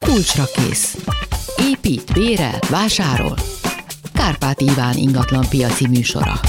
Kulcsra kész. Épít, bérel, vásárol. Kárpát Iván ingatlan piaci műsora.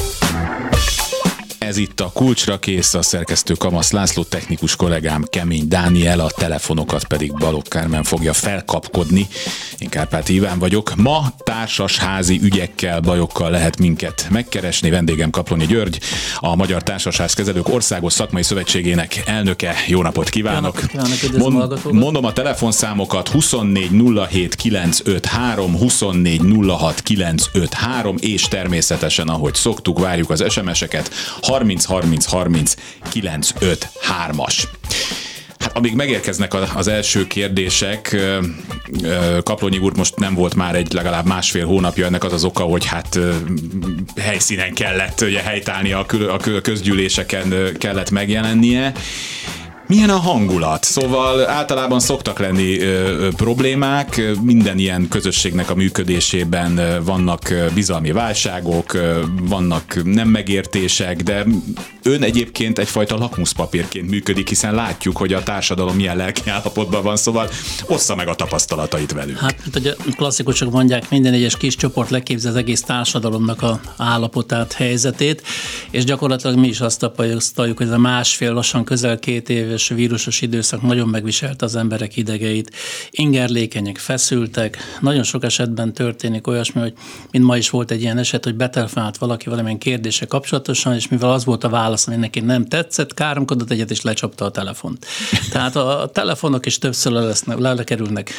Ez itt a Kulcsra kész, a szerkesztő Kamasz László, technikus kollégám Kemény Dániel, a telefonokat pedig Balogh Kármen fogja felkapkodni. Én Kárpáti Iván vagyok. Ma társasházi ügyekkel, bajokkal lehet minket megkeresni. Vendégem Kaplonyi György, a Magyar Társasházkezelők Országos Szakmai Szövetségének elnöke. Jó napot kívánok! Mondom a telefonszámokat: 24 07 953, 24 06 953, és természetesen, ahogy szoktuk, várjuk az SMS-eket, 30 30 30 953-as. Hát amíg megérkeznek az első kérdések, Kaplonyi úr most nem volt már legalább másfél hónapja, ennek az az oka, hogy hát helyszínen kellett ugye helytállni, a közgyűléseken kellett megjelennie. Milyen a hangulat? Szóval általában szoktak lenni problémák, minden ilyen közösségnek a működésében vannak bizalmi válságok, vannak nem megértések, de ön egyébként egyfajta lakmuszpapírként működik, hiszen látjuk, hogy a társadalom milyen lelkiállapotban van, szóval ossza meg a tapasztalatait velünk. Hát ugye klasszikusok mondják, minden egyes kis csoport leképzi az egész társadalomnak a állapotát, helyzetét, és gyakorlatilag mi is azt tapasztaljuk, hogy ez a másfél, lassan közel 2 éves vírusos időszak nagyon megviselte az emberek idegeit. Ingerlékenyek, feszültek, nagyon sok esetben történik olyasmi, hogy mint ma is volt egy ilyen eset, hogy betelefonált valaki valamilyen kérdése kapcsolatosan, és mivel az volt a válasz, ami neki nem tetszett, káromkodott egyet, és lecsapta a telefont. Tehát a telefonok is többször lekerülnek,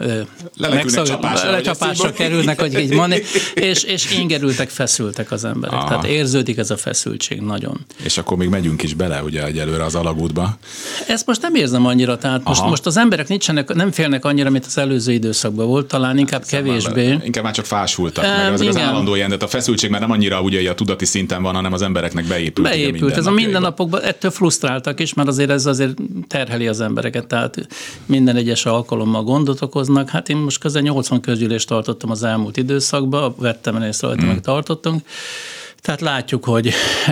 lecsapásra kerülnek, hogy így mondani, és ingerültek, feszültek az emberek. Aha. Tehát érződik ez a feszültség nagyon. És akkor még megyünk is bele ugye egyelőre az alagútba. Ezt most nem érzem annyira, tehát most az emberek nem félnek annyira, mint az előző időszakban volt, talán inkább kevésbé. Inkább már csak fásultak, meg ezek az állandó ilyen, de a feszültség már nem annyira ugye a tudati szinten van, hanem az embereknek beépült. Ez a mindennapokban, ettől frusztráltak is, mert azért ez azért terheli az embereket, tehát minden egyes alkalommal gondot okoznak. Hát én most közel 80 közgyűlést tartottam az elmúlt időszakban, vettem részt rajta, meg tartottunk. Tehát látjuk, hogy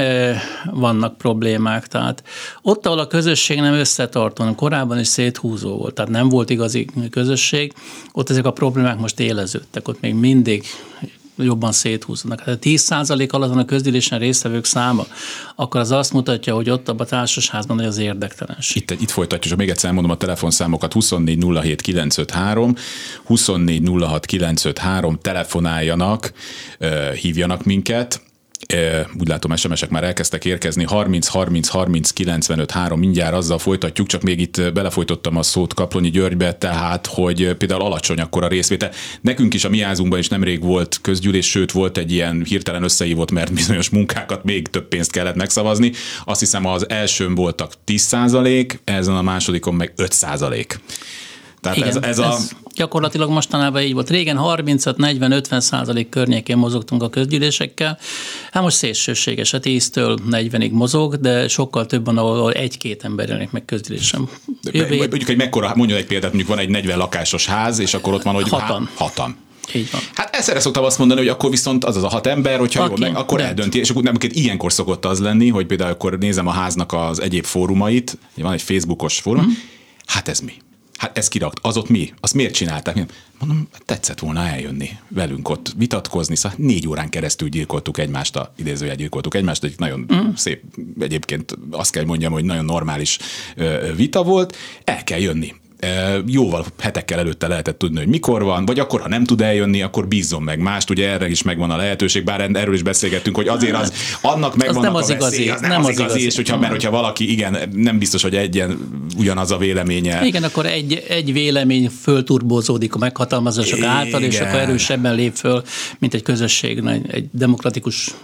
vannak problémák. Tehát ott, ahol a közösség nem összetartó, korábban is széthúzó volt, tehát nem volt igazi közösség, ott ezek a problémák most éleződtek, ott még mindig jobban széthúznak. Hát 10% alatt van a közgyűlésen résztvevők száma, akkor az azt mutatja, hogy ott abban a társasházban nagy az érdektelenség. Itt folytatjuk, és még egyszer mondom a telefonszámokat: 24 07 953, 24 06 953, telefonáljanak, hívjanak minket. Úgy látom, SMS-ek már elkezdtek érkezni, 30 30 30 95 3, mindjárt azzal folytatjuk, csak még itt belefolytottam a szót Kaplonyi Györgybe, tehát, hogy például alacsony akkor a részvétel. Nekünk is a mi házunkban is nemrég volt közgyűlés, sőt volt egy ilyen hirtelen összehívott, mert bizonyos munkákat még több pénzt kellett megszavazni. Azt hiszem az elsőn voltak 10%, ezen a másodikon meg 5%. Tehát igen, ez gyakorlatilag mostanában így volt. Régen 35-40-50% környékén mozogtunk a közgyűlésekkel. Hát most szélsőséges, 10-től 40-ig mozog, de sokkal több van, ahol 1-2 ember jelenik meg közgyűlésen. Mondjuk, hogy mekkora, mondjon egy példát, mondjuk van egy 40 lakásos ház, és akkor ott van, hogy 6-an. Így van. Hát egyszerre szoktam azt mondani, hogy akkor viszont az a 6 ember, hogyha jól meg, akkor eldönti, és akkor nem, ilyenkor szokott az lenni, hogy például akkor nézem a háznak az egyéb fórumait, van egy Facebookos fórum, hát ez mi? Hát ez kirakt, az ott mi? Azt miért csinálták? Mondom, tetszett volna eljönni velünk ott vitatkozni, szóval 4 órán keresztül gyilkoltuk egymást, egy nagyon szép, egyébként azt kell mondjam, hogy nagyon normális vita volt, el kell jönni. Jóval hetekkel előtte lehetett tudni, hogy mikor van, vagy akkor, ha nem tud eljönni, akkor bízzon meg mást, ugye erre is megvan a lehetőség, bár erről is beszélgettünk, hogy azért annak megvannak a veszély, az nem az igazi, és hogyha valaki, igen, nem biztos, hogy ugyanaz a véleménye. Igen, akkor egy vélemény fölturbózódik a meghatalmazások által, és akkor erősebben lép föl, mint egy közösség, egy demokratikus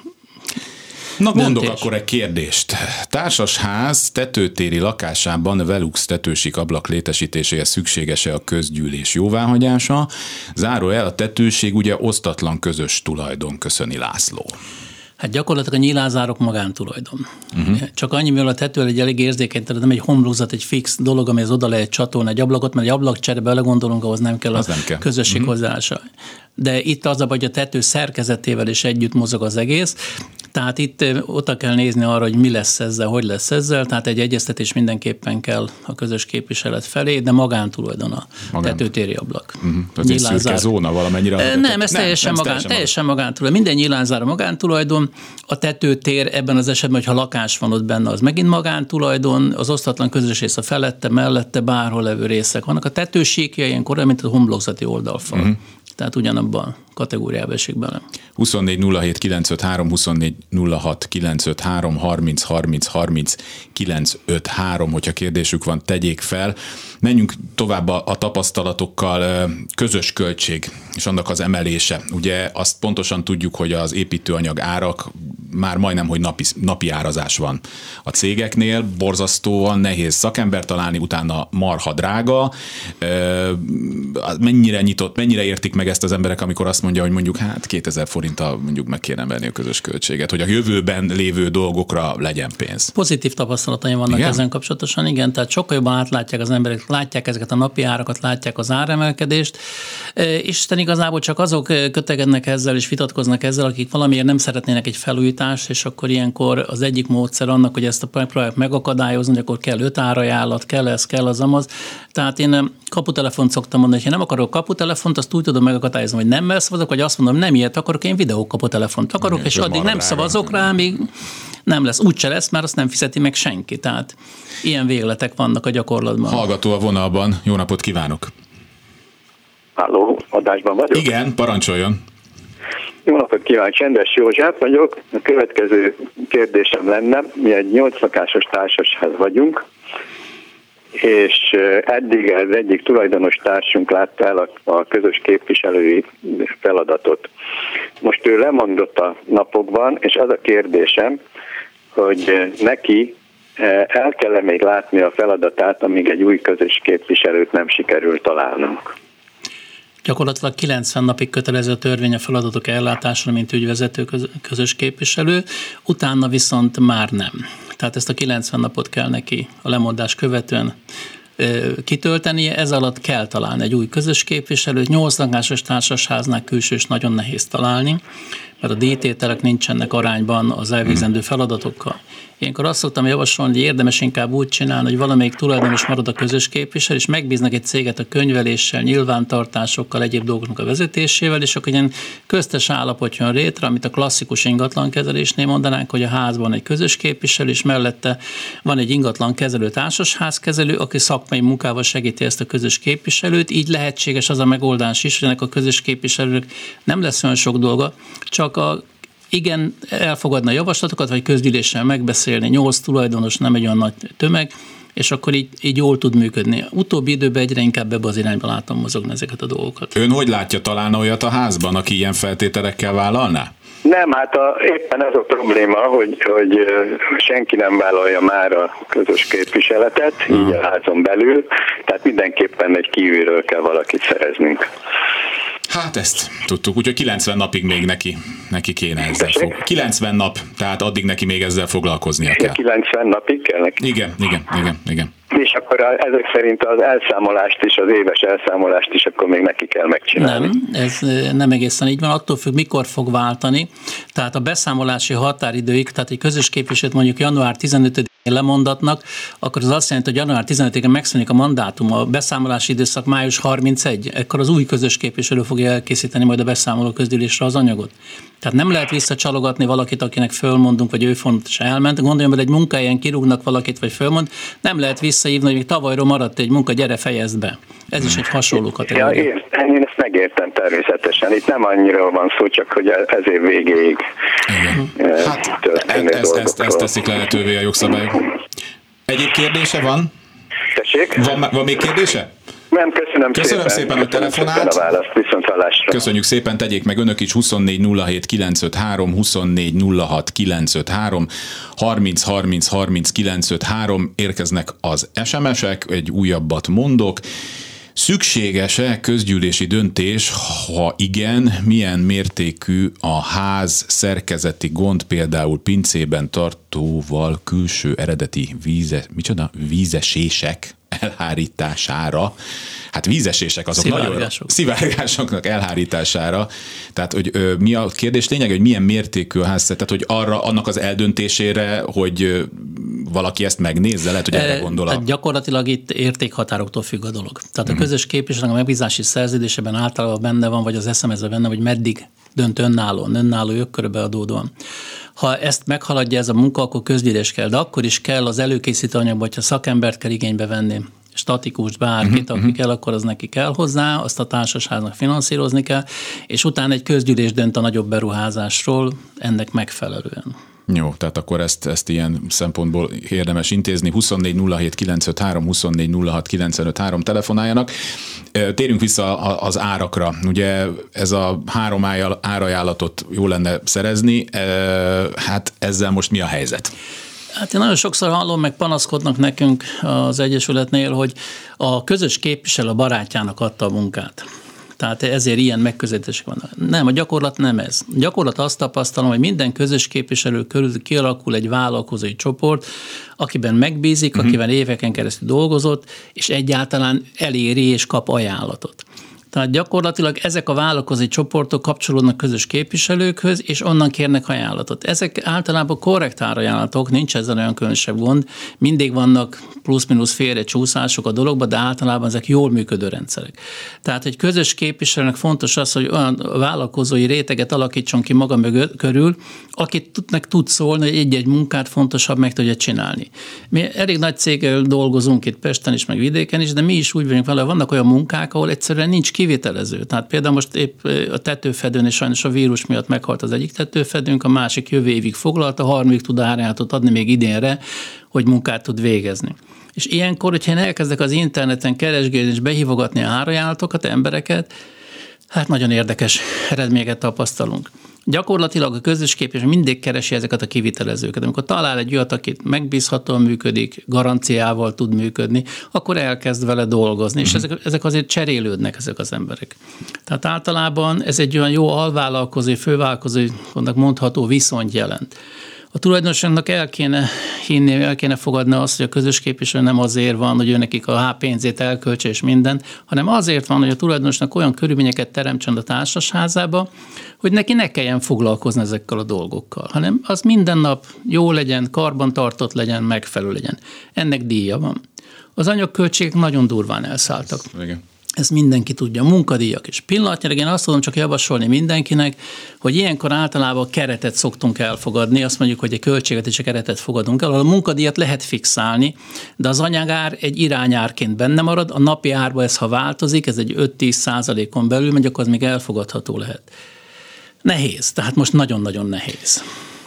Na mondok akkor egy kérdést. Társasház tetőtéri lakásában Velux tetősik ablak létesítéséhez szükséges-e a közgyűlés jóváhagyása? Zárójel, a tetőség ugye osztatlan közös tulajdon, köszöni László. Hát gyakorlatilag a nyilázárok magántulajdon. Csak annyi, mivel a tető egy elég érzékeny, tehát nem egy homlokzat, egy fix dolog, amihez oda lehet csatolni egy ablakot, mert egy ablakcsere belegondolunk, ahhoz nem kell közösség hozzása. De itt az a baj, hogy a tető szerkezetével is együtt mozog az egész. Tehát itt oda kell nézni arra, hogy mi lesz ezzel, hogy lesz ezzel, tehát egy egyeztetés mindenképpen kell a közös képviselet felé, de magántulajdon a tetőtéri ablak. Tehát egy szürke zóna valamennyire? Nem, ez teljesen magántulajdon. Minden nyílánzár a magántulajdon, a tetőtér ebben az esetben, hogyha lakás van ott benne, az megint magántulajdon, az osztatlan közös rész a felette, mellette, bárhol levő részek vannak. A tetősíkja ilyenkor olyan, mint a homlokzati oldalfal. Tehát ugyanabban a kategóriába esik bele. 24 07 953, 24 06 953, 30 30 30 953, hogyha kérdésük van, tegyék fel. Menjünk tovább a tapasztalatokkal. Közös költség és annak az emelése. Ugye azt pontosan tudjuk, hogy az építőanyag árak már majdnem, hogy napi árazás van a cégeknél, borzasztóan nehéz szakember találni, utána marha drága. Mennyire értik meg ezt az emberek, amikor azt mondja, hogy mondjuk 2000 forinttal mondjuk meg kéne venni a közös költséget, hogy a jövőben lévő dolgokra legyen pénz. Pozitív tapasztalataim vannak ezen kapcsolatosan, igen, tehát sokkal jobban átlátják az emberek, látják ezeket a napi árakat, látják az áremelkedést. Isten igazából csak azok kötegednek ezzel és vitatkoznak ezzel, akik valamiért nem szeretnének egy felújítást, és akkor ilyenkor az egyik módszer annak, hogy ezt a próbálják megakadályozni, hogy akkor kell 5 árajánlat, kell ez, kell az amaz. Tehát én kaputelefont szoktam mondani, hogy ha nem akarok kaputelefont, azt úgy tudom megakadályozni, hogy nem szavazok, vagy azt mondom, nem ilyet akarok, én videókaputelefont akarok, és addig nem szavazok rá, míg nem lesz. Úgyse lesz, mert azt nem fizeti meg senki. Tehát ilyen végletek vannak a gyakorlatban. Hallgató a vonalban. Jó napot kívánok! Halló, adásban vagyok? Igen, parancsoljon! Jó napot kívánok, Csendes József vagyok. A következő kérdésem lenne, mi egy 8 lakásos társasház vagyunk, és eddig az egyik tulajdonos társunk látta el a közös képviselői feladatot. Most ő lemondott a napokban, és az a kérdésem, hogy neki el kell még látni a feladatát, amíg egy új közös képviselőt nem sikerül találnunk. Gyakorlatilag 90 napig kötelező a törvény a feladatok ellátásra, mint ügyvezető közös képviselő, utána viszont már nem. Tehát ezt a 90 napot kell neki a lemondás követően kitöltenie, ez alatt kell találni egy új közös képviselőt. 8 lakásos társasháznál külsős nagyon nehéz találni, mert a díjtételek nincsenek arányban az elvégzendő feladatokkal. Ilyenkor azt szoktam javasolni, hogy érdemes inkább úgy csinálni, hogy valamelyik tulajdonos marad a közös képviselő, és megbíznak egy céget a könyveléssel, nyilvántartásokkal, egyéb dolgoknak a vezetésével, és akkor ilyen köztes állapot jön létre, amit a klasszikus ingatlankezelésnél mondanánk, hogy a házban egy közös képviselő, és mellette van egy ingatlankezelő, társasházkezelő, aki szakmai munkával segíti ezt a közös képviselőt. Így lehetséges az a megoldás is, hogy ennek a közös képviselőnek nem lesz olyan sok dolga, csak igen, elfogadna javaslatokat, vagy közgyűléssel megbeszélni, 8 tulajdonos, nem egy olyan nagy tömeg, és akkor így jól tud működni. Utóbbi időben egyre inkább ebbe az irányba látom mozogni ezeket a dolgokat. Ön hogy látja, találna olyat a házban, aki ilyen feltételekkel vállalná? Nem, hát éppen ez a probléma, hogy senki nem vállalja már a közös képviseletet, így a házon belül, tehát mindenképpen egy kívülről kell valakit szereznünk. Hát ezt tudtuk, úgyhogy 90 napig még neki kéne ezzel 90 nap, tehát addig neki még ezzel foglalkoznia kell. 90 napig kell neki? Igen. És akkor ezek szerint az elszámolást is, az éves elszámolást is akkor még neki kell megcsinálni. Nem, ez nem egészen így van, attól függ, mikor fog váltani. Tehát a beszámolási határidőig, tehát egy közös képviselőt mondjuk január 15-én lemondatnak, akkor az azt jelenti, hogy január 15-én megszűnik a mandátum, a beszámolási időszak május 31, ekkor az új közös képviselő fogja elkészíteni majd a beszámoló közgyűlésre az anyagot. Tehát nem lehet visszacsalogatni valakit, akinek fölmondunk, vagy ő fontos elment. Gondoljon bele, egy munkahelyen kirúgnak valakit, vagy fölmond, nem lehet visszahívni, hogy még tavalyról maradt egy munka, gyere, fejezd be. Ez is egy hasonló kategória. Ja, én ezt megértem természetesen. Itt nem annyira van szó, csak hogy ez év végéig. Ezt teszik lehetővé a jogszabályok. Egyéb kérdése van? Tessék? Van még kérdése? Nem, köszönöm szépen, hogy telefonált. Köszönjük szépen, tegyék meg önök is 24 07 953, 24 06 953, 30 30 30 953, érkeznek az SMS-ek, egy újabbat mondok. Szükséges-e közgyűlési döntés, ha igen, milyen mértékű a ház szerkezeti gond, például pincében tartóval külső eredeti vízesések elhárítására, hát vízesések azok nagyon szivárgásoknak elhárítására. Tehát, hogy mi a kérdés lényeg, hogy milyen mértékű a házszert, tehát, hogy annak az eldöntésére, hogy valaki ezt megnézze, lehet, hogy erre gondol. Tehát gyakorlatilag itt értékhatároktól függ a dolog. Tehát a közös képviselőnek a megbízási szerződésében általában benne van, vagy az SMS-ben benne, hogy meddig dönt önálló jogkörbe adódóan. Ha ezt meghaladja ez a munka, akkor közgyűlés kell, de akkor is kell az előkészítő anyagban, hogyha szakembert kell igénybe venni, statikus, bárkit, aki kell, akkor az neki kell hozzá, azt a társasháznak finanszírozni kell, és utána egy közgyűlés dönt a nagyobb beruházásról ennek megfelelően. Jó, tehát akkor ezt ilyen szempontból érdemes intézni. 24 07 953, 24 06 953 telefonáljanak. Térjünk vissza az árakra. Ugye ez a 3 árajánlatot jó lenne szerezni, hát ezzel most mi a helyzet? Hát én nagyon sokszor hallom, meg panaszkodnak nekünk az Egyesületnél, hogy a közös képviselő a barátjának adta a munkát. Tehát ezért ilyen megközelítések vannak. Nem, a gyakorlat nem ez. A gyakorlat azt tapasztalom, hogy minden közös képviselő körül kialakul egy vállalkozói csoport, akiben megbízik, akiben éveken keresztül dolgozott, és egyáltalán eléri és kap ajánlatot. Tehát gyakorlatilag ezek a vállalkozói csoportok kapcsolódnak közös képviselőkhöz, és onnan kérnek ajánlatot. Ezek általában korrekt árajánlatok, nincs ezzel olyan különösebb gond, mindig vannak plusz-minusz félre csúszások a dologban, de általában ezek jól működő rendszerek. Tehát egy közös képviselőnek fontos az, hogy olyan vállalkozói réteget alakítson ki maga körül, akitnek tud szólni, hogy egy-egy munkát fontosabb meg tudja csinálni. Mi elég nagy céggel dolgozunk itt Pesten is, meg vidéken is, de mi is úgy vagyunk vele, vannak olyan munkák, ahol egyszerűen nincs kivitelező. Tehát például most épp a tetőfedőn, és sajnos a vírus miatt meghalt az egyik tetőfedőnk, a másik jövő évig foglalt, a harmadik tud árajánlatot adni még idénre, hogy munkát tud végezni. És ilyenkor, hogyha én elkezdek az interneten keresgélni és behívogatni a árajánlatokat, embereket, hát nagyon érdekes eredményeket tapasztalunk. Gyakorlatilag a közös képviselő mindig keresi ezeket a kivitelezőket. Amikor talál egy olyat, akit megbízhatóan működik, garanciával tud működni, akkor elkezd vele dolgozni, és ezek azért cserélődnek ezek az emberek. Tehát általában ez egy olyan jó alvállalkozói, fővállalkozóinak mondható viszonyt jelent. A tulajdonosoknak el kéne fogadni azt, hogy a közös képviselő nem azért van, hogy ő nekik a pénzét elköltse és minden, hanem azért van, hogy a tulajdonosnak olyan körülményeket teremtsen a társasházába, hogy neki ne kelljen foglalkozni ezekkel a dolgokkal, hanem az minden nap jó legyen, karbantartott legyen, megfelelő legyen. Ennek díja van. Az anyagköltségek nagyon durván elszálltak. Igen. Ezt mindenki tudja, a munkadíjak is. Pillanatnyilag én azt tudom csak javasolni mindenkinek, hogy ilyenkor általában keretet szoktunk elfogadni, azt mondjuk, hogy egy költségvetési keretet fogadunk el, ahol a munkadíjat lehet fixálni, de az anyagár egy irányárként benne marad, a napi árba ez, ha változik, ez egy 5-10%-on belül megy, akkor az még elfogadható lehet. Nehéz, tehát most nagyon-nagyon nehéz.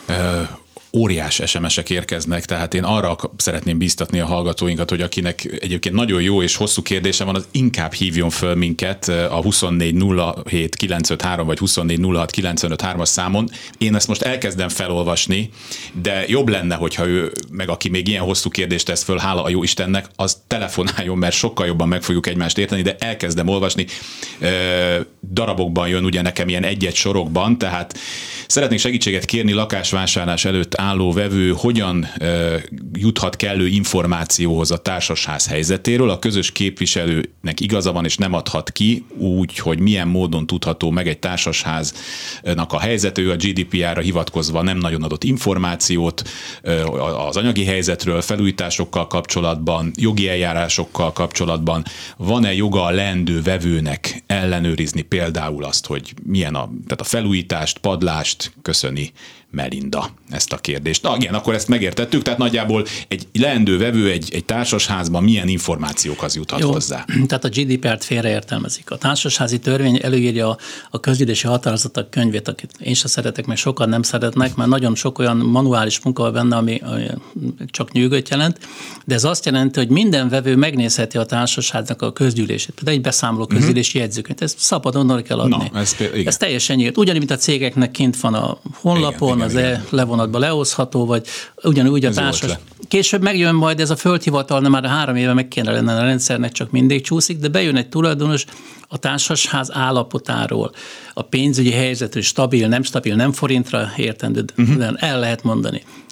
Óriás SMS-ek érkeznek, tehát én arra szeretném bíztatni a hallgatóinkat, hogy akinek egyébként nagyon jó és hosszú kérdése van, az inkább hívjon föl minket a 24 07 953 vagy 24 06 953-as számon. Én ezt most elkezdem felolvasni, de jobb lenne, hogyha ő, meg aki még ilyen hosszú kérdést tesz föl, hála a jó Istennek, az telefonáljon, mert sokkal jobban meg fogjuk egymást érteni, de elkezdem olvasni. Darabokban jön ugye nekem ilyen egy-egy sorokban, tehát szeretnék segítséget kérni lakásvásárlás előtt álló vevő hogyan juthat kellő információhoz a társasház helyzetéről. A közös képviselőnek igaza van, és nem adhat ki úgy, hogy milyen módon tudható meg egy társasháznak a helyzete. Ő a GDPR-ra hivatkozva nem nagyon adott információt az anyagi helyzetről, felújításokkal kapcsolatban, jogi eljárásokkal kapcsolatban. Van-e joga a leendő vevőnek ellenőrizni például azt, hogy milyen tehát a felújítást, padlást, köszöni Melinda ezt a kérdést. Na igen, akkor ezt megértettük, tehát nagyjából egy leendő vevő egy társasházban milyen információkhoz juthat hozzá? Tehát a GDPR-t félreértelmezik. A társasházi törvény előírja a közgyűlési határozatok könyvét, akit én sem szeretek, meg sokan nem szeretnek, mert nagyon sok olyan manuális munka van benne, ami csak nyűgöt jelent, de ez azt jelenti, hogy minden vevő megnézheti a társasháznak a közgyűlését. Például egy beszámoló közgyűlési jegyzőkönyvet. Ezt szabadon kell adni. Ez teljesen nyílt. Ugyanúgy, mint a cégeknek kint van a honlapon, az levonatba lehozható, vagy ugyanúgy a társas. Később megjön majd ez a földhivatal, nem már 3 éve meg kéne lenne a rendszernek, csak mindig csúszik, de bejön egy tulajdonos a társasház állapotáról, a pénzügyi helyzetről, stabil, nem forintra értendő, el lehet mondani.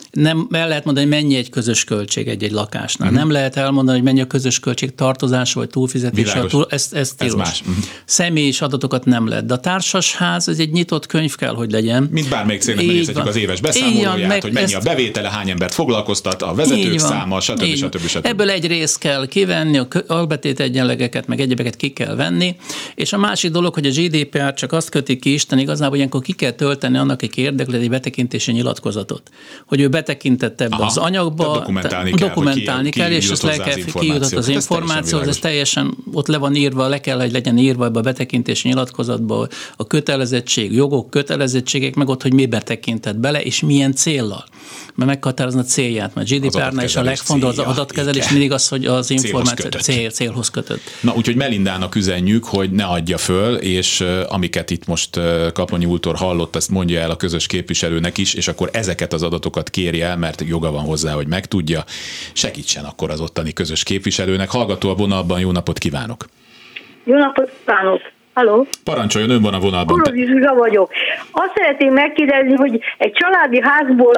Nem el lehet mondani, hogy mennyi egy közös költség egy lakásnál. Nem lehet elmondani, hogy mennyi a közös költség tartozása vagy túlfizetése. Ez tilos. Személyis adatokat nem lehet. De a társasház, ez egy nyitott könyv kell, hogy legyen. Mint bármelyik cégnek megnézhetjük az éves beszámolóját, hogy mennyi a bevétele, hány embert foglalkoztat, a vezetők száma, stb. Ebből egy részt kell kivenni, a albetét egyenlegeket, meg egyebeket ki kell venni, és a másik dolog, hogy a GDPR csak azt köti ki Isten, igazából ilyenkor ki kell tölteni annak, aki érdekli egy betekintési nyilatkozatot, hogy ő betekintett ebbe az anyagba, dokumentálni kell, és ezt kijutott az információhoz, ez teljesen ott le van írva, le kell, hogy legyen írva ebbe a betekintési nyilatkozatba a kötelezettség, jogok, kötelezettségek, meg ott, hogy mi betekintett bele, és milyen céllal. Mert meghatározni a célját, mert GDPR-nál is a legfontosabb az adatkezelés, mindig az, hogy az információ célhoz kötött. Na, úgyhogy Melindának üzenjük, hogy ne adja föl, és amiket itt most Kaplonyi úrtól hallott, ezt mondja el a közös képviselőnek is, és akkor ezeket az adatokat kérje el, mert joga van hozzá, hogy megtudja. Segítsen akkor az ottani közös képviselőnek. Hallgató a vonalban, jó napot kívánok! Jó napot kívánok! Halló? Parancsoljon, ön van a vonalban. Korozi Zsuzsa vagyok. Azt szeretném megkérdezni, hogy egy családi házból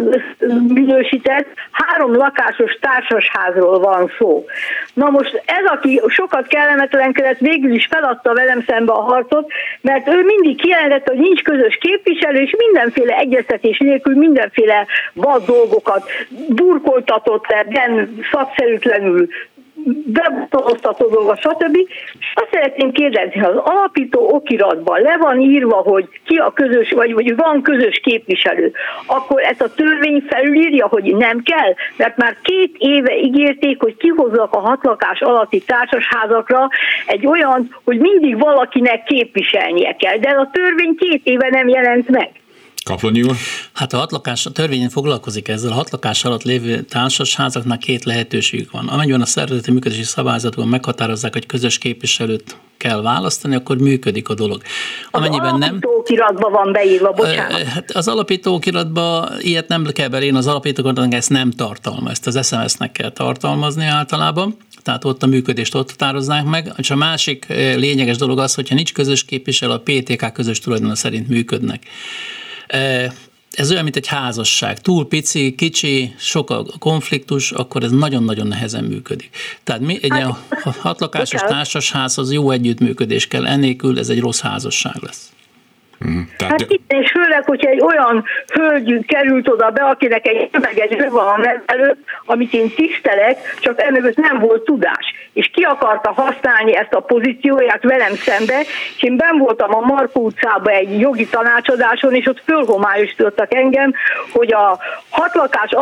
átminősített 3 lakásos társasházról van szó. Na most ez, aki sokat kellemetlenkedett, végül is feladta velem szembe a harcot, mert ő mindig kijelentette, hogy nincs közös képviselő, és mindenféle egyeztetés nélkül mindenféle vad dolgokat burkoltatott le, szakszerűtlenül, bebutoloztató dolga, stb. És azt szeretném kérdezni, ha az alapító okiratban le van írva, hogy ki a közös, vagy van közös képviselő, akkor ezt a törvény felülírja, hogy nem kell? Mert már 2 éve ígérték, hogy kihozzak a 6 lakás alatti társasházakra egy olyan, hogy mindig valakinek képviselnie kell, de a törvény 2 éve nem jelent meg. Kaplonyi úr? Hát a törvényen foglalkozik ezzel, a 6 lakás alatt lévő társasházaknak 2 lehetőségük van. Amennyiben a szervezeti működési szabályzatban meghatározzák, hogy közös képviselőt kell választani, akkor működik a dolog. Amennyiben nem. Az alapítókiratban van beírva, bocsánat. Hát az alapítókiratban ilyet nem kell belépni, az alapítókiratban ezt nem tartalmaz, ezt az SMS-nek kell tartalmazni általában. Tehát ott a működést ott határozzák meg. És a másik lényeges dolog az, hogyha nincs közös képviselő, a PTK közös tulajdona szerint működnek. Ez olyan, mint egy házasság. Túl pici, kicsi, sok a konfliktus, akkor ez nagyon-nagyon nehezen működik. Tehát egy 6 lakásos társasházhoz jó együttműködés kell, ennélkül ez egy rossz házasság lesz. Hát itt és főleg, hogyha egy olyan hölgy került oda be, akinek egy tömeges van a előtt, amit én tisztelek, csak emögött nem volt tudás. És ki akarta használni ezt a pozícióját velem szembe, és én benn voltam a Markó utcában egy jogi tanácsadáson, és ott fölhomályosítottak engem, hogy a 6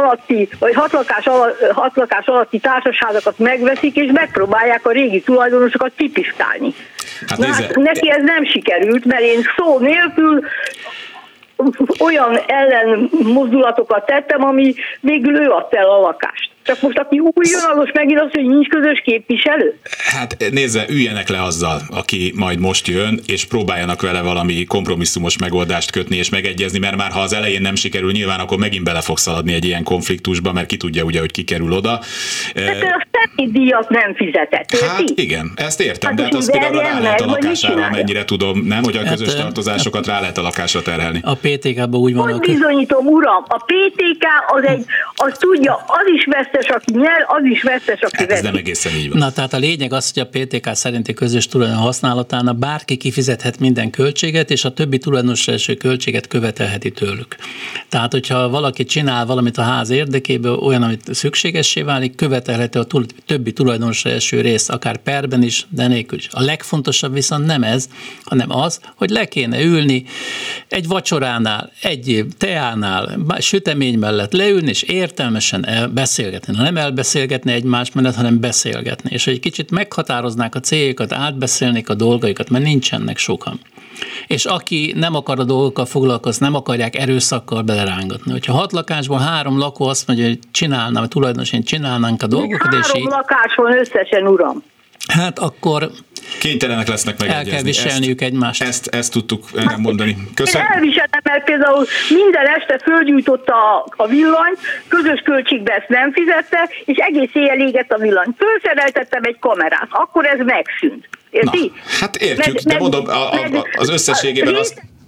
lakás alatti társasházakat megveszik, és megpróbálják a régi tulajdonosokat kipiszkálni. Neki ez nem sikerült, mert én szó nélkül olyan ellenmozdulatokat tettem, ami végül ő adta el a lakást. Csak most aki új jön, az most megint azt, hogy nincs közös képviselő? Hát nézze, üljenek le azzal, aki majd most jön, és próbáljanak vele valami kompromisszumos megoldást kötni és megegyezni, mert már ha az elején nem sikerül, nyilván akkor megint bele fog szaladni egy ilyen konfliktusba, mert ki tudja ugye, hogy ki kerül oda. Hát a személydíjat nem fizetett. Hát igen, ezt értem, de hát azt például rá lehet a lakására, amennyire tudom, nem, hogy a közös tartozásokat rá lehet a lakásra terhelni. A PTK-ban úgy van. Hogy bizonyítom, uram, a PTK az tudja, az is vesztes, aki nyer, az is vesztes, aki ez nem egészen így van. Na, tehát a lényeg az, hogy a PTK szerinti közös tulajdon használatánál bárki kifizethet minden költséget, és a többi tulajdonosra eső költséget követelheti tőlük. Tehát, hogyha valaki csinál valamit a ház érdekében, olyan, amit szükségessé válik, követelheti a többi tulajdonosra eső részt, akár perben is, de nélkül is. A legfontosabb viszont nem ez, hanem az, hogy le kéne ülni egy vacsoránál, egy teánál, sütemény mellett leülni, és értelmesen beszélgetni. Nem elbeszélgetni egymás mellett, hanem beszélgetni. És hogy egy kicsit meghatároznák a céljukat, átbeszélnék a dolgaikat, mert nincsenek sokan. És aki nem akar a dolgokkal foglalkozni, nem akarják erőszakkal belerángatni. Hogyha 6 lakásból 3 lakó azt mondja, hogy csinálnám, tulajdonosan csinálnánk a dolgokat, és 3 lakás van összesen, uram. Hát akkor kénytelenek lesznek megegyezni. El kell viselniük egymást. Ezt tudtuk mondani. Köszönöm. Én elviselem, mert például minden este fölgyújtotta a villanyt, közös költségbe ezt nem fizette, és egész éjjel égett a villany. Fölszereltettem egy kamerát, akkor ez megszűnt. Érti? Hát értjük, de mondom, az összességében azt...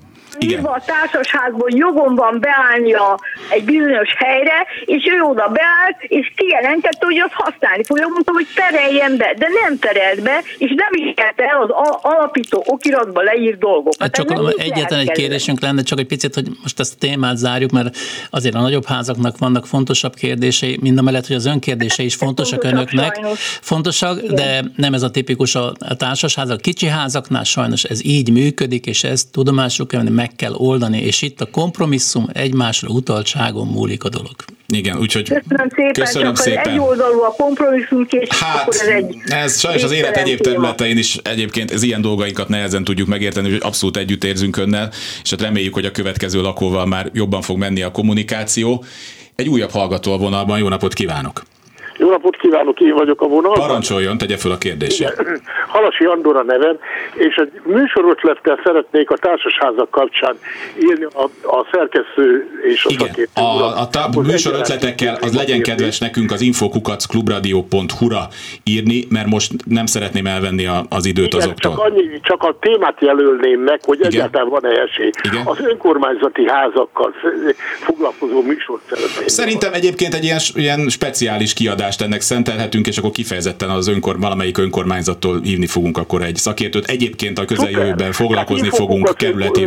írva a társasházból, jogom van beállni egy bizonyos helyre, és ő oda beállt, és kijelentette, hogy azt használni fogja. Mondtam, hogy pereljen be, de nem perelt be, és nem is el az alapító okiratba leírt dolgokat. Hát csak egyetlen egy kérdésünk lenne, csak egy picit, hogy most ezt a témát zárjuk, mert azért a nagyobb házaknak vannak fontosabb kérdései, mindamellett, hogy az önkérdései is fontosak önöknek. Fontosak, de nem ez a tipikus a társasházak. Kicsi házaknál sajnos ez így működik, és ezt tudomásul kell, meg kell oldani, és itt a kompromisszum egymásra utaltságon múlik a dolog. Igen, úgyhogy köszönöm szépen. Egy oldalú a kompromisszum, és akkor ez sajnos az élet egyéb területein is egyébként ez ilyen dolgainkat nehezen tudjuk megérteni, hogy abszolút együtt érzünk önnel, és hát reméljük, hogy a következő lakóval már jobban fog menni a kommunikáció. Egy újabb hallgató a vonalban, jó napot kívánok! Jó napot kívánok, én vagyok a vonalban. Parancsoljon, tegye föl a kérdését. Halasi Andor a nevem, és egy műsorötlettel szeretnék a társasházak kapcsán írni a szerkesztő és a szakértő urat. A műsorötletekkel az legyen kedves nekünk az info@clubradio.hu-ra írni, mert most nem szeretném elvenni az időt azoktól. Csak a témát jelölném meg, hogy egyáltalán van-e esély. Igen. Az önkormányzati házakkal foglalkozó műsort szeretném. Szerintem egyébként egy ilyen speciális kiadást ennek szentelhetünk, és akkor kifejezetten valamelyik önkormányzattól hívni fogunk akkor egy szakértőt. Egyébként a közeljövőben foglalkozni fogunk kerületi...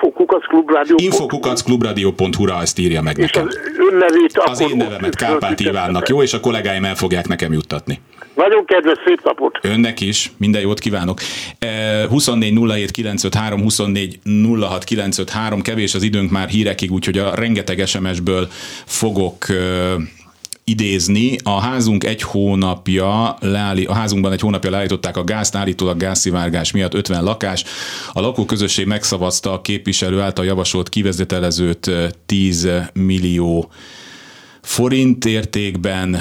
info@clubradio.hu-ra ezt írja meg nekem. Az én nevemet Kárpát Ivánnak, jó? És a kollégáim el fogják nekem juttatni. Nagyon kedves, szép napot! Önnek is, minden jót kívánok. 24 07 953, 24 06 953, kevés az időnk már hírekig, úgyhogy a rengeteg SMS-ből fogok idézni. A házunkban egy hónapja leállították a gázt, állítólag gázszivárgás miatt 50 lakás. A lakóközösség megszavazta a képviselő által javasolt kivezetelezőt 10 millió forint értékben,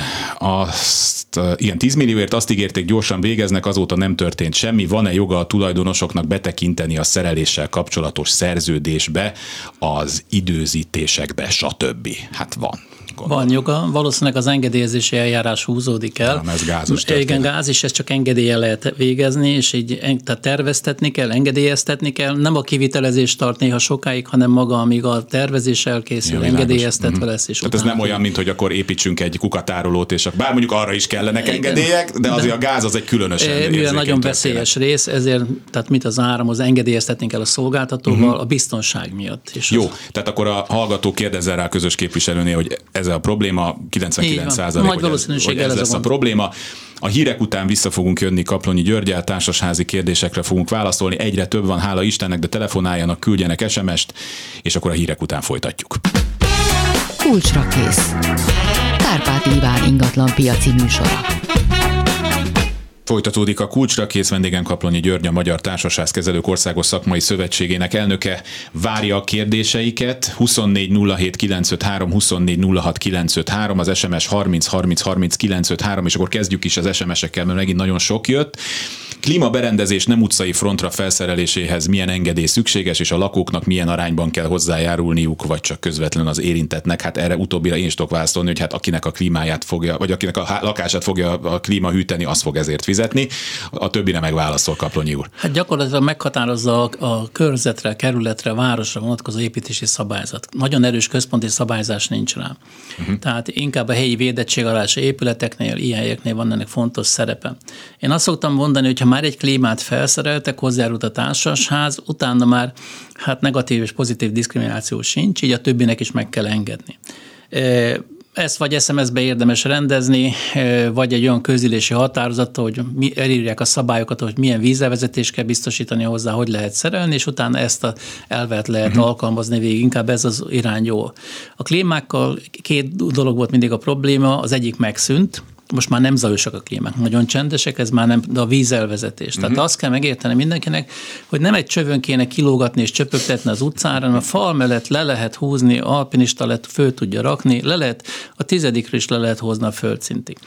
10 millióért azt ígérték, gyorsan végeznek, azóta nem történt semmi. Van-e joga a tulajdonosoknak betekinteni a szereléssel kapcsolatos szerződésbe, az időzítésekbe, stb.? Hát van. Van joga, valószínűleg az engedélyezési eljárás húzódik el. Nem, ez gázos történet. Igen, gáz is, ezt csak engedéllyel lehet végezni, és így tehát terveztetni kell, engedélyeztetni kell. Nem a kivitelezés tart néha sokáig, hanem maga, amíg a tervezés elkészül, engedélyeztetve lesz. És tehát ez nem olyan, mint hogy akkor építsünk egy kukatárolót, és bár mondjuk arra is kellenek engedélyek, de azért a gáz az egy különösen érzékeny nagyon veszélyes rész, ezért, tehát mit az áram, az engedélyeztetni kell a szolgáltatóval a biztonság miatt. És jó, tehát akkor a hallgató kérdezzen rá a közös képviselőnél, hogy ez a probléma, 99%, hogy ez lesz a probléma. A hírek után vissza fogunk jönni Kaplonyi Györggyel, társasházi kérdésekre fogunk válaszolni. Egyre több van, hála Istennek, de telefonáljanak, küldjenek SMS-t, és akkor a hírek után folytatjuk. Kulcsra kész. Kárpát Iván ingatlan piaci műsora. Folytatódik a Kulcsra kész, vendégem Kaplonyi György, a Magyar Társasházkezelők Országos Szakmai Szövetségének elnöke. Várja a kérdéseiket, 24 07 953, 24 06 953, az SMS 30 30 30 953, és akkor kezdjük is az SMS-ekkel, mert megint nagyon sok jött. Klímaberendezés nem utcai frontra felszereléséhez milyen engedély szükséges, és a lakóknak milyen arányban kell hozzájárulniuk, vagy csak közvetlenül az érintettnek? Hát erre utóbbira én is tudok válaszolni, hogy hát akinek a klímáját fogja, vagy akinek a lakását fogja a klíma hűteni, az fog ezért fizetni. A többire megválaszol Kaplonyi úr. Hát gyakorlatilag meghatározza a körzetre, kerületre, városra vonatkozó építési szabályzat. Nagyon erős központi szabályzás nincs rá. Tehát inkább a helyi védettség alás épületeknél, ilyen helyeknél van ennek fontos szerepe. Én azt szoktam mondani, hogy ha már egy klímát felszereltek, hozzájárult a társasház, utána már hát negatív és pozitív diszkrimináció sincs, így a többinek is meg kell engedni. Ezt vagy SMS-be érdemes rendezni, vagy egy olyan közülési határozattal, hogy elírják a szabályokat, hogy milyen vízelvezetést kell biztosítani hozzá, hogy lehet szerelni, és utána ezt az elvet lehet alkalmazni végig. Inkább ez az irány jó. A klímákkal két dolog volt mindig a probléma, az egyik megszűnt, most már nem zajosak a klímák, nagyon csendesek, ez már nem, de a vízelvezetés. Tehát azt kell megérteni mindenkinek, hogy nem egy csövön kéne kilógatni és csöpögtetni az utcára, hanem a fal mellett le lehet húzni, alpinista lett föl tudja rakni, le lehet, a 10-ről is le lehet hozni a földszintig.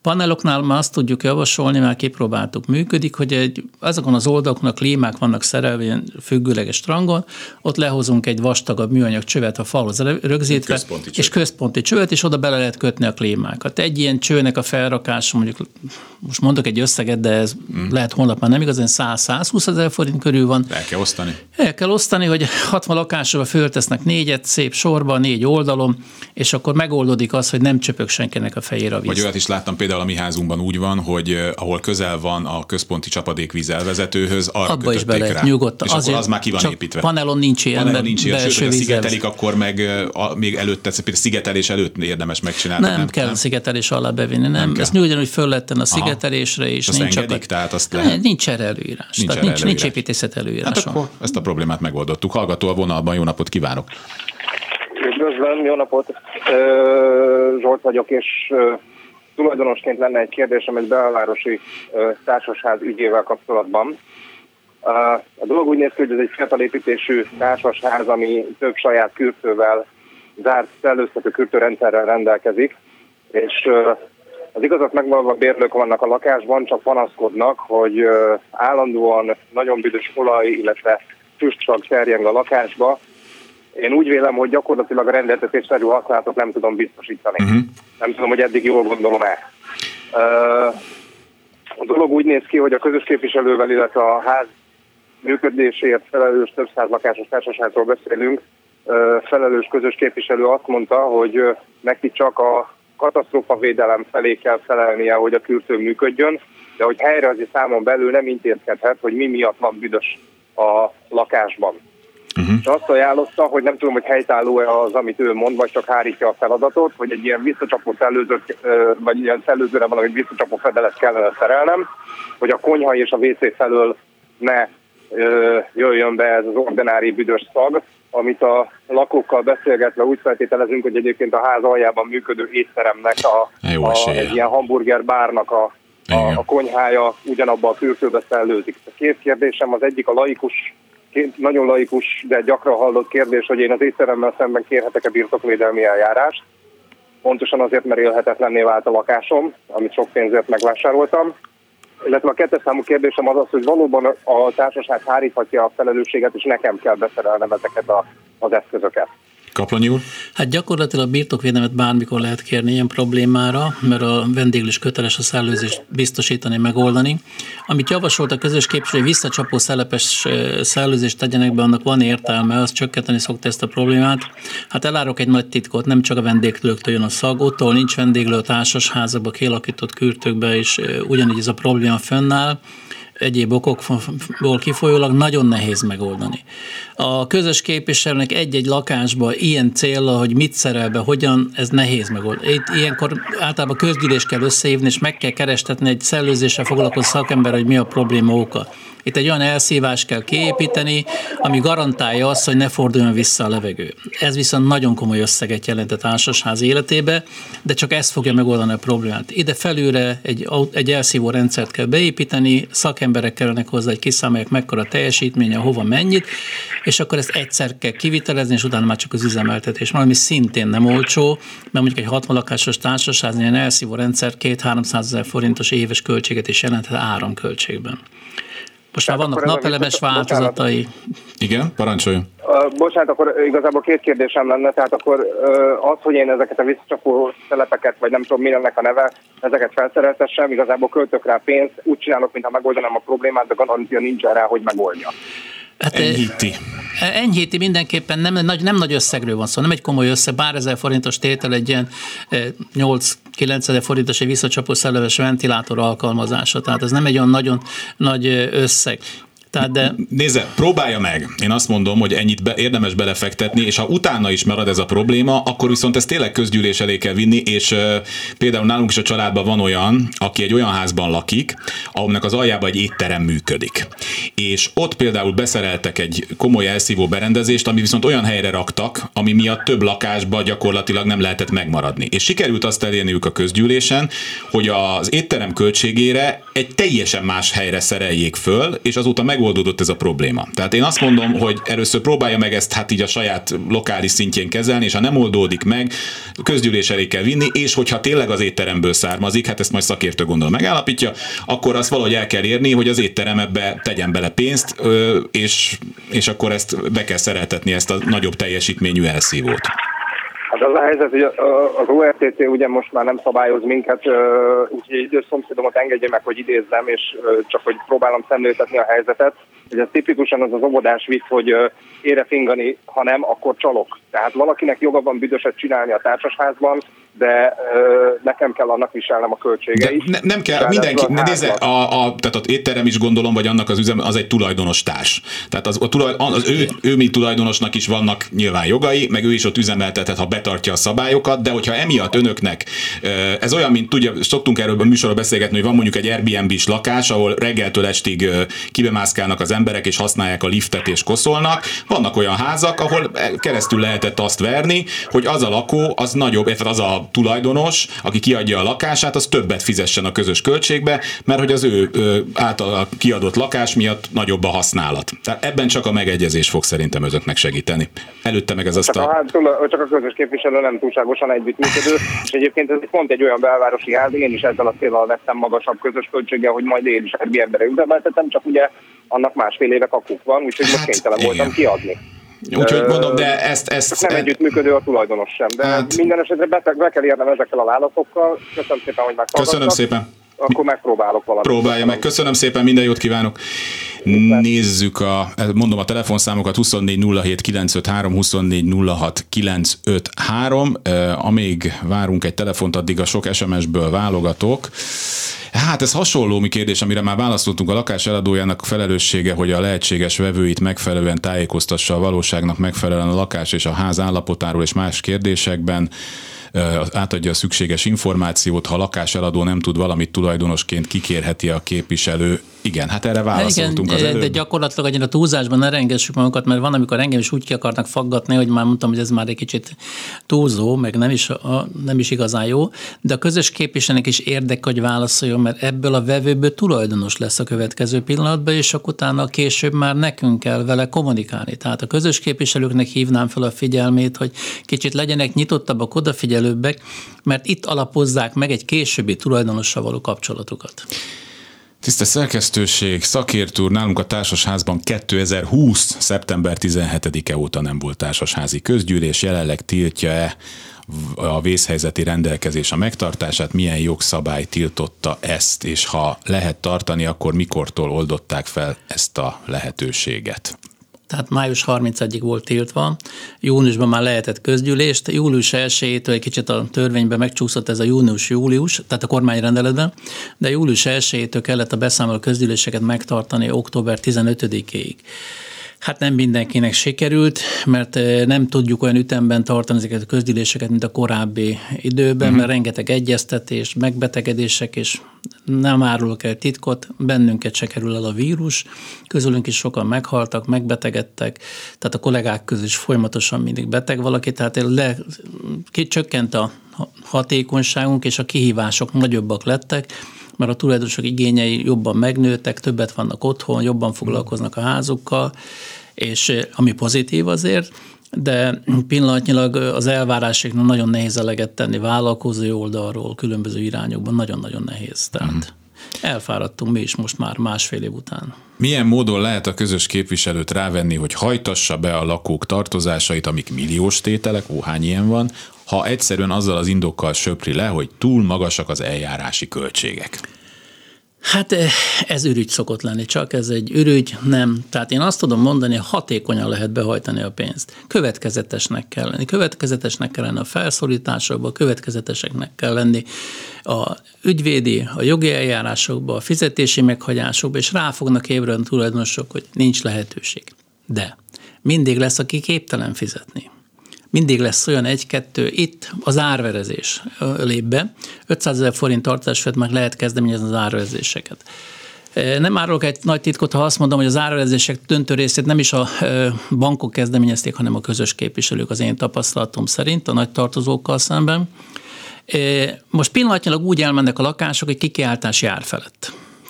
paneloknál már azt tudjuk javasolni, már kipróbáltuk, működik, hogy azokon az oldalaknak klímák vannak szerelve ilyen függőleges strangon, ott lehozunk egy vastagabb műanyag csövet a falhoz rögzítve, és központi csövet, és oda bele lehet kötni a klímákat. Egy ilyen csőnek a felrakása, mondjuk most mondok egy összeget, de ez lehet holnap már nem igazán 100-120 ezer forint körül van. El kell osztani. El kell osztani, hogy 60 lakásra föltesznek 4-et szép sorba, 4 oldalon, és akkor megoldódik az, hogy nem csöpög senkinek a fejére a víz. Vagy olyat is láttam, például a mi házunkban úgy van, hogy ahol közel van a központi csapadékvíz elvezetőhöz, arra abba is bele rá. Nyugodtan. És akkor az már ki van építve. Panelon nincs ilyen, sőt, hogy a szigetelik, akkor meg még előtte, például szigetelés előtt érdemes megcsinálni. Nem kell a szigetelés alá bevinni, nem. Ezt ugyanúgy föl lehet tenni a szigetelésre, és nincs engedik, tehát azt lehet. Nincs erre előírás. Nincs építészet előírás. Hát akkor ezt a problémát megoldottuk. Hallgató a vonalban, jó napot kívánok! Üdvözlöm, jó napot! Zsolt vagyok, és tulajdonosként lenne egy kérdésem egy belvárosi társasház ügyével kapcsolatban. A dolog úgy néz ki, hogy ez egy fiatal építésű társasház, ami több saját kürtővel, zárt szellőztető kürtőrendszerrel rendelkezik, és az igazat megmondva bérlők vannak a lakásban, csak panaszkodnak, hogy állandóan nagyon büdös olaj, illetve füstszag terjeng a lakásba. Én úgy vélem, hogy gyakorlatilag a rendeltetésszerű használatot nem tudom biztosítani. Nem tudom, hogy eddig jól gondolom-e. A dolog úgy néz ki, hogy a közös képviselővel, illetve a ház működéséért felelős több száz lakásos társaságról beszélünk. Felelős közös képviselő azt mondta, hogy neki csak a katasztrófavédelem felé kell felelnie, hogy a kürtő működjön, de hogy helyrehozási számon belül nem intézkedhet, hogy mi miatt van büdös a lakásban. És azt ajánlotta, hogy nem tudom, hogy helytálló-e az, amit ő mond, vagy csak hárítja a feladatot, hogy egy ilyen visszacsapó szellőzőt, vagy ilyen szellőzőre valahogy visszacsapó fedelet kellene szerelnem, hogy a konyha és a WC felől ne jöjjön be ez az ordinári büdös szag, amit a lakókkal beszélgetve úgy feltételezünk, hogy egyébként a ház aljában működő étteremnek egy ilyen hamburger bárnak a konyhája ugyanabba a kürtőbe szellőzik. A két kérdésem, az egyik a laikus, nagyon laikus, de gyakran hallott kérdés, hogy én az étteremmel szemben kérhetek-e birtokvédelmi eljárást. Pontosan azért, mert élhetetlenné vált a lakásom, amit sok pénzért megvásároltam. Illetve a kettes számú kérdésem az, hogy valóban a társaság háríthatja a felelősséget, és nekem kell beszerelnem ezeket az eszközöket. Kaplonyi úr? Hát gyakorlatilag a birtokvédelmet bármikor lehet kérni ilyen problémára, mert a vendéglés köteles a szellőzést biztosítani, megoldani. Amit javasolt a közös képviselő, hogy visszacsapó szelepes szellőzést tegyenek be, annak van értelme, az csökkenteni szokta ezt a problémát. Hát elárok egy nagy titkot, nem csak a vendéglőktől jön a szag, ott, ahol nincs vendéglő, a társasházakba, kialakított kürtőkbe is ugyanígy ez a probléma fönnáll. Egyéb okokból kifolyólag nagyon nehéz megoldani. A közös képviselőnek egy-egy lakásba ilyen célra, hogy mit szerel be, hogyan, ez nehéz megoldani. Ilyenkor általában közgyűlést kell összehívni, és meg kell kerestetni egy szellőzéssel foglalkozó szakember, hogy mi a probléma oka. Itt egy olyan elszívást kell kiépíteni, ami garantálja azt, hogy ne forduljon vissza a levegő. Ez viszont nagyon komoly összeget jelent a társasház életébe, de csak ez fogja megoldani a problémát. Ide felülre egy elszívó rendszert kell beépíteni, szakemberek kellenek hozzá, hogy kiszámolják mekkora teljesítménye, hova mennyit, és akkor ezt egyszer kell kivitelezni, és utána már csak az üzemeltetés. Valami szintén nem olcsó, mert mondjuk egy 60 lakásos társasház, ilyen elszívó rendszer 200-300 ezer forintos éves költséget is jelenthet áramköltségben. Most már vannak napelemes változatai. Igen, parancsoljon. Bocsánat, akkor igazából két kérdésem lenne, tehát akkor az, hogy én ezeket a visszacsapó telepeket, vagy nem tudom mi ennek a neve, ezeket felszereltessem, igazából költök rá pénzt, úgy csinálok, mintha megoldanám a problémát, de garancia nincsen rá, hogy megoldja. Hát, enyhíti mindenképpen, nem nagy összegről van szó, nem egy komoly összeg, bár 1000 forintos tétel egy ilyen 8-9 ezer forintos egy visszacsapó szellőzős ventilátor alkalmazása, tehát ez nem egy olyan nagyon nagy összeg. De... Nézze, próbálja meg. Én azt mondom, hogy ennyit érdemes belefektetni, és ha utána is marad ez a probléma, akkor viszont ezt tényleg közgyűlés elé kell vinni, és például nálunk is a családban van olyan, aki egy olyan házban lakik, ahonnak az aljában egy étterem működik. És ott például beszereltek egy komoly elszívó berendezést, ami viszont olyan helyre raktak, ami miatt több lakásba gyakorlatilag nem lehetett megmaradni. És sikerült azt elérniük a közgyűlésen, hogy az étterem költségére egy teljesen más helyre szereljék föl, és azóta meg megoldódott ez a probléma. Tehát én azt mondom, hogy először próbálja meg ezt hát így a saját lokális szintjén kezelni, és ha nem oldódik meg, közgyűlés elé kell vinni, és hogyha tényleg az étteremből származik, hát ezt majd szakértő gondolom megállapítja, akkor azt valahogy el kell érni, hogy az étterem ebbe tegyen bele pénzt, és akkor ezt be kell szereltetni, ezt a nagyobb teljesítményű elszívót. Hát az a helyzet, hogy az ORTC ugye most már nem szabályoz minket, úgyhogy egy idős szomszédomat engedje meg, hogy idézzem, és csak hogy próbálom szemléltetni a helyzetet. hogy ez tipikusan az óvodás vicc, hogy ére fingani, ha nem, akkor csalok. Tehát valakinek joga van büdöset csinálni a társasházban, de nekem kell annak viselnem a költségeit. De nem kell, mindenki, nézze, tehát az étterem is gondolom, vagy annak az üzem, az egy tulajdonos társ. Tehát ő mi tulajdonosnak is vannak nyilván jogai, meg ő is ott üzemeltethet, ha betartja a szabályokat, de hogyha emiatt önöknek, ez olyan, mint tudja, szoktunk erről a műsorról beszélgetni, hogy van mondjuk egy Airbnb-s lakás, ahol reggeltől estig kibemászkálnak az emberek, és használják a liftet és koszolnak. Vannak olyan házak, ahol keresztül lehetett azt verni, hogy az a lakó, az nagyobb, tehát az a tulajdonos, aki kiadja a lakását, az többet fizessen a közös költségbe, mert hogy az ő által kiadott lakás miatt nagyobb a használat. Tehát ebben csak a megegyezés fog szerintem önöknek segíteni. Előtte meg ez azt csak a közös képviselő nem túlságosan együttműködő, és egyébként ez pont egy olyan belvárosi ház, én is ezzel a céllal vettem magasabb közös költséggel, hogy majd én is Airbnb-re üzemeltetem, csak ugye annak másfél éve kakuk van, úgyhogy most kénytelen voltam kiadni. Úgyhogy mondom, de ezt nem együttműködő a tulajdonos sem, de minden esetre be kell érnem ezekkel a válaszokkal. Köszönöm szépen, hogy meghallgattak. Köszönöm szépen. Akkor megpróbálok valamit. Próbálja meg. Köszönöm szépen, minden jót kívánok. Nézzük mondom a telefonszámokat, 24 07 953, 24 06 953. Amíg várunk egy telefont, addig a sok SMS-ből válogatok. Hát ez hasonló kérdés, amire már válaszoltunk, a lakás eladójának felelőssége, hogy a lehetséges vevőit megfelelően tájékoztassa a valóságnak megfelelően a lakás és a ház állapotáról és más kérdésekben, átadja a szükséges információt, ha a lakáseladó nem tud valamit tulajdonosként, kikérheti a képviselő. Igen, hát erre válaszoltunk igen, az előbb. De gyakorlatilag annyira túlzásban ne rengessük magunkat, mert van, amikor engem is úgy ki akarnak faggatni, hogy már mondtam, hogy ez már egy kicsit túlzó, meg nem is igazán jó, de a közös képviselőnek is érdeke, hogy válaszoljon, mert ebből a vevőből tulajdonos lesz a következő pillanatban, és akkor utána később már nekünk kell vele kommunikálni. Tehát a közös képviselőknek hívnám fel a figyelmét, hogy kicsit legyenek nyitottabbak, odafigyelőbbek, mert itt alapozzák meg egy későbbi tulajdonossal való kapcsolatukat. Tisztelt szerkesztőség, szakértő úr, nálunk a társasházban 2020. szeptember 17-e óta nem volt társasházi közgyűlés, jelenleg tiltja-e a vészhelyzeti rendelkezés a megtartását, milyen jogszabály tiltotta ezt, és ha lehet tartani, akkor mikortól oldották fel ezt a lehetőséget? Tehát május 31-ig volt tiltva, júniusban már lehetett közgyűlést, július 1-től egy kicsit a törvényben megcsúszott ez a június-július, tehát a kormányrendeletben, de július 1-től kellett a beszámoló közgyűléseket megtartani október 15-ig. Hát nem mindenkinek sikerült, mert nem tudjuk olyan ütemben tartani ezeket a közgyűléseket, mint a korábbi időben, mert rengeteg egyeztetés, megbetegedések, és nem árulok el titkot, bennünket se kerül el a vírus, közülünk is sokan meghaltak, megbetegedtek, tehát a kollégák közül is folyamatosan mindig beteg valaki, tehát csökkent a hatékonyságunk, és a kihívások nagyobbak lettek, mert a tulajdonosok igényei jobban megnőttek, többet vannak otthon, jobban foglalkoznak a házukkal, és ami pozitív azért, de pillanatnyilag az elvárásoknak nagyon nehéz eleget tenni vállalkozói oldalról, különböző irányokban, nagyon-nagyon nehéz. Tehát elfáradtunk mi is most már másfél év után. Milyen módon lehet a közös képviselőt rávenni, hogy hajtassa be a lakók tartozásait, amik milliós tételek, hány ilyen van, ha egyszerűen azzal az indokkal söpri le, hogy túl magasak az eljárási költségek? Hát ez ürügy szokott lenni, csak ez egy ürügy, nem. Tehát én azt tudom mondani, hogy hatékonyan lehet behajtani a pénzt. Következetesnek kell lenni. Következetesnek kell lenni a felszólításokban, következeteseknek kell lenni a ügyvédi, a jogi eljárásokban, a fizetési meghagyásokban, és rá fognak ébredni a tulajdonosok, hogy nincs lehetőség. De mindig lesz, aki képtelen fizetni. Mindig lesz olyan egy-kettő, itt az árverezés lép be. 500 000 forint tartozás felett meg lehet kezdeményezni az árverezéseket. Nem árulok egy nagy titkot, ha azt mondom, hogy az árverezések döntő részét nem is a bankok kezdeményezték, hanem a közös képviselők az én tapasztalatom szerint a nagy tartozókkal szemben. Most pillanatnyilag úgy elmennek a lakások, hogy kikiáltás jár felett.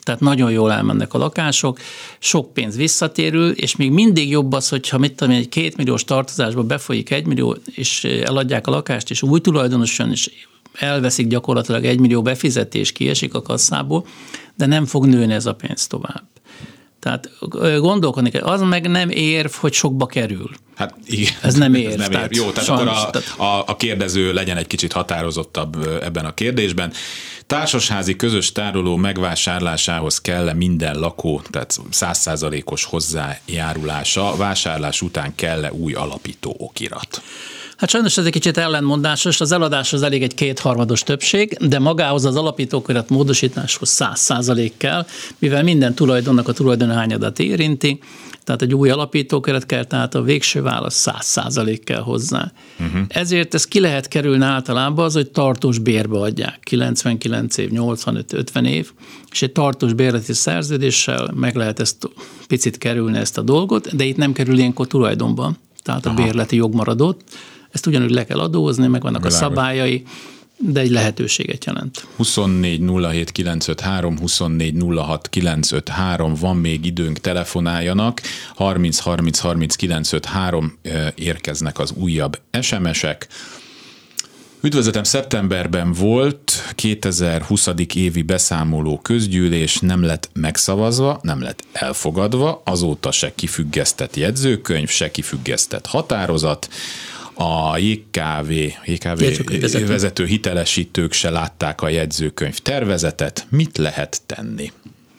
Tehát nagyon jól elmennek a lakások, sok pénz visszatérül, és még mindig jobb az, hogyha egy 2 milliós tartozásba befolyik 1 millió, és eladják a lakást, és új tulajdonos jön, és elveszik gyakorlatilag 1 millió befizetés, kiesik a kasszából, de nem fog nőni ez a pénz tovább. Tehát gondolkodni kell, az meg nem érv, hogy sokba kerül. Hát igen. Ez nem érv. Ez nem érv. Jó, tehát sajnos, akkor a kérdező legyen egy kicsit határozottabb ebben a kérdésben. Társasházi közös tároló megvásárlásához kell minden lakó, tehát 100%-os hozzájárulása, vásárlás után kell új alapító okirat? Hát sajnos ez egy kicsit ellentmondásos, az eladáshoz elég egy 2/3 többség, de magához az alapítóokirat módosításhoz 100% kell, mivel minden tulajdonnak a tulajdonhányadát érinti, tehát egy új alapítóokirat kell, tehát a végső válasz 100% kell hozzá. Ezért ez ki lehet kerülni általában az, hogy tartós bérbe adják, 99 év, 85-50 év, és egy tartós bérleti szerződéssel meg lehet ezt picit kerülni ezt a dolgot, de itt nem kerül ilyenkor tulajdonban, tehát a bérleti jog maradott. Ezt ugyanúgy le kell adózni, meg vannak a szabályai, de egy lehetőséget jelent. 24 07 953, 24 06 953, van még időnk, telefonáljanak, 30 30 30 953 érkeznek az újabb SMS-ek. Üdvözletem, szeptemberben volt 2020. évi beszámoló közgyűlés, nem lett megszavazva, nem lett elfogadva, azóta se kifüggesztett jegyzőkönyv, se kifüggesztett határozat. A JKV vezető hitelesítők se látták a jegyzőkönyv tervezetet. Mit lehet tenni?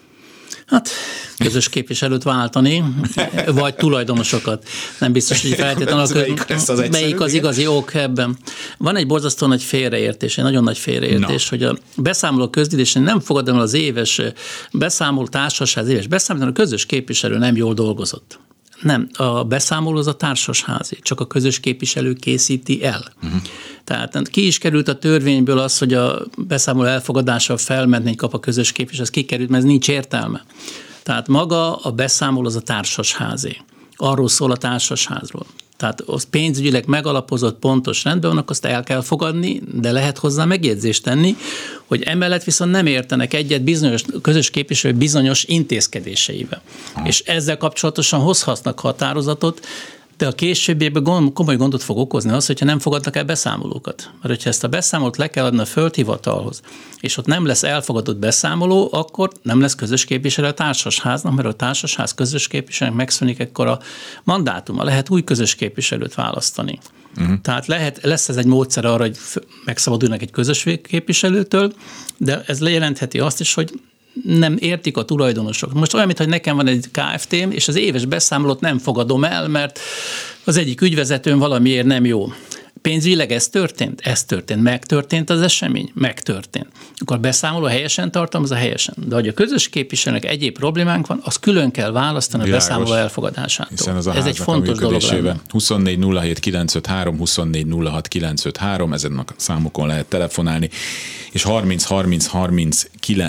Hát közös képviselőt váltani, vagy tulajdonosokat. Nem biztos, hogy feltétlenül melyik az igazi ok ebben. Van egy borzasztó nagy félreértés, egy nagyon nagy félreértés, hogy a beszámoló közgyűlésen nem fogadom el az éves beszámoló, társasház éves beszámoló, a közös képviselő nem jól dolgozott. Nem, a beszámoló az a társasházi, csak a közös képviselő készíti el. Tehát ki is került a törvényből az, hogy a beszámoló elfogadása felmentnény kap a közös képviselő, ez kikerült, mert ez nincs értelme. Tehát maga a beszámoló az a társasházi. Arról szól a társasházról. Tehát az pénzügyileg megalapozott, pontos rendben vannak, azt el kell fogadni, de lehet hozzá megjegyzést tenni, hogy emellett viszont nem értenek egyet bizonyos közös képviselő bizonyos intézkedéseivel. És ezzel kapcsolatosan hozhatnak határozatot, de a későbbiekben komoly gondot fog okozni az, hogyha nem fogadnak el beszámolókat. Mert hogyha ezt a beszámolót le kell adni a földhivatalhoz, és ott nem lesz elfogadott beszámoló, akkor nem lesz közös képviselő a társasháznak, mert a társasház közös képviselőnek megszűnik ekkor a mandátuma. Lehet új közös képviselőt választani. Tehát lesz ez egy módszer arra, hogy megszabadulnak egy közös képviselőtől, de ez lejelentheti azt is, hogy nem értik a tulajdonosok. Most olyan, mintha nekem van egy KFT-m, és az éves beszámolót nem fogadom el, mert az egyik ügyvezetőm valamiért nem jó. Pénzügyileg ez történt? Ez történt. Megtörtént az esemény? Megtörtént. Akkor beszámoló helyesen tartalmazza helyesen. De hogy a közös képviselőnek egyéb problémánk van, az külön kell választani a beszámoló elfogadásától. Ez egy fontos dolog lenne. 24 07 953, 24 06 953, ezen a számokon lehet telefonálni, és 30 30 30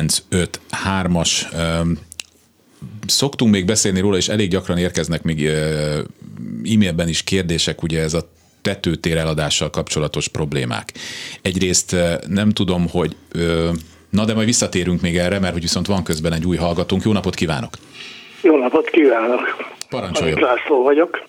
953-as szoktunk még beszélni róla, és elég gyakran érkeznek még e-mailben is kérdések, ugye ez a tetőtér eladással kapcsolatos problémák. Egyrészt nem tudom, hogy na de majd visszatérünk még erre, mert hogy viszont van közben egy új hallgatónk. Jó napot kívánok! Jó napot kívánok! Parancsoljon! László vagyok.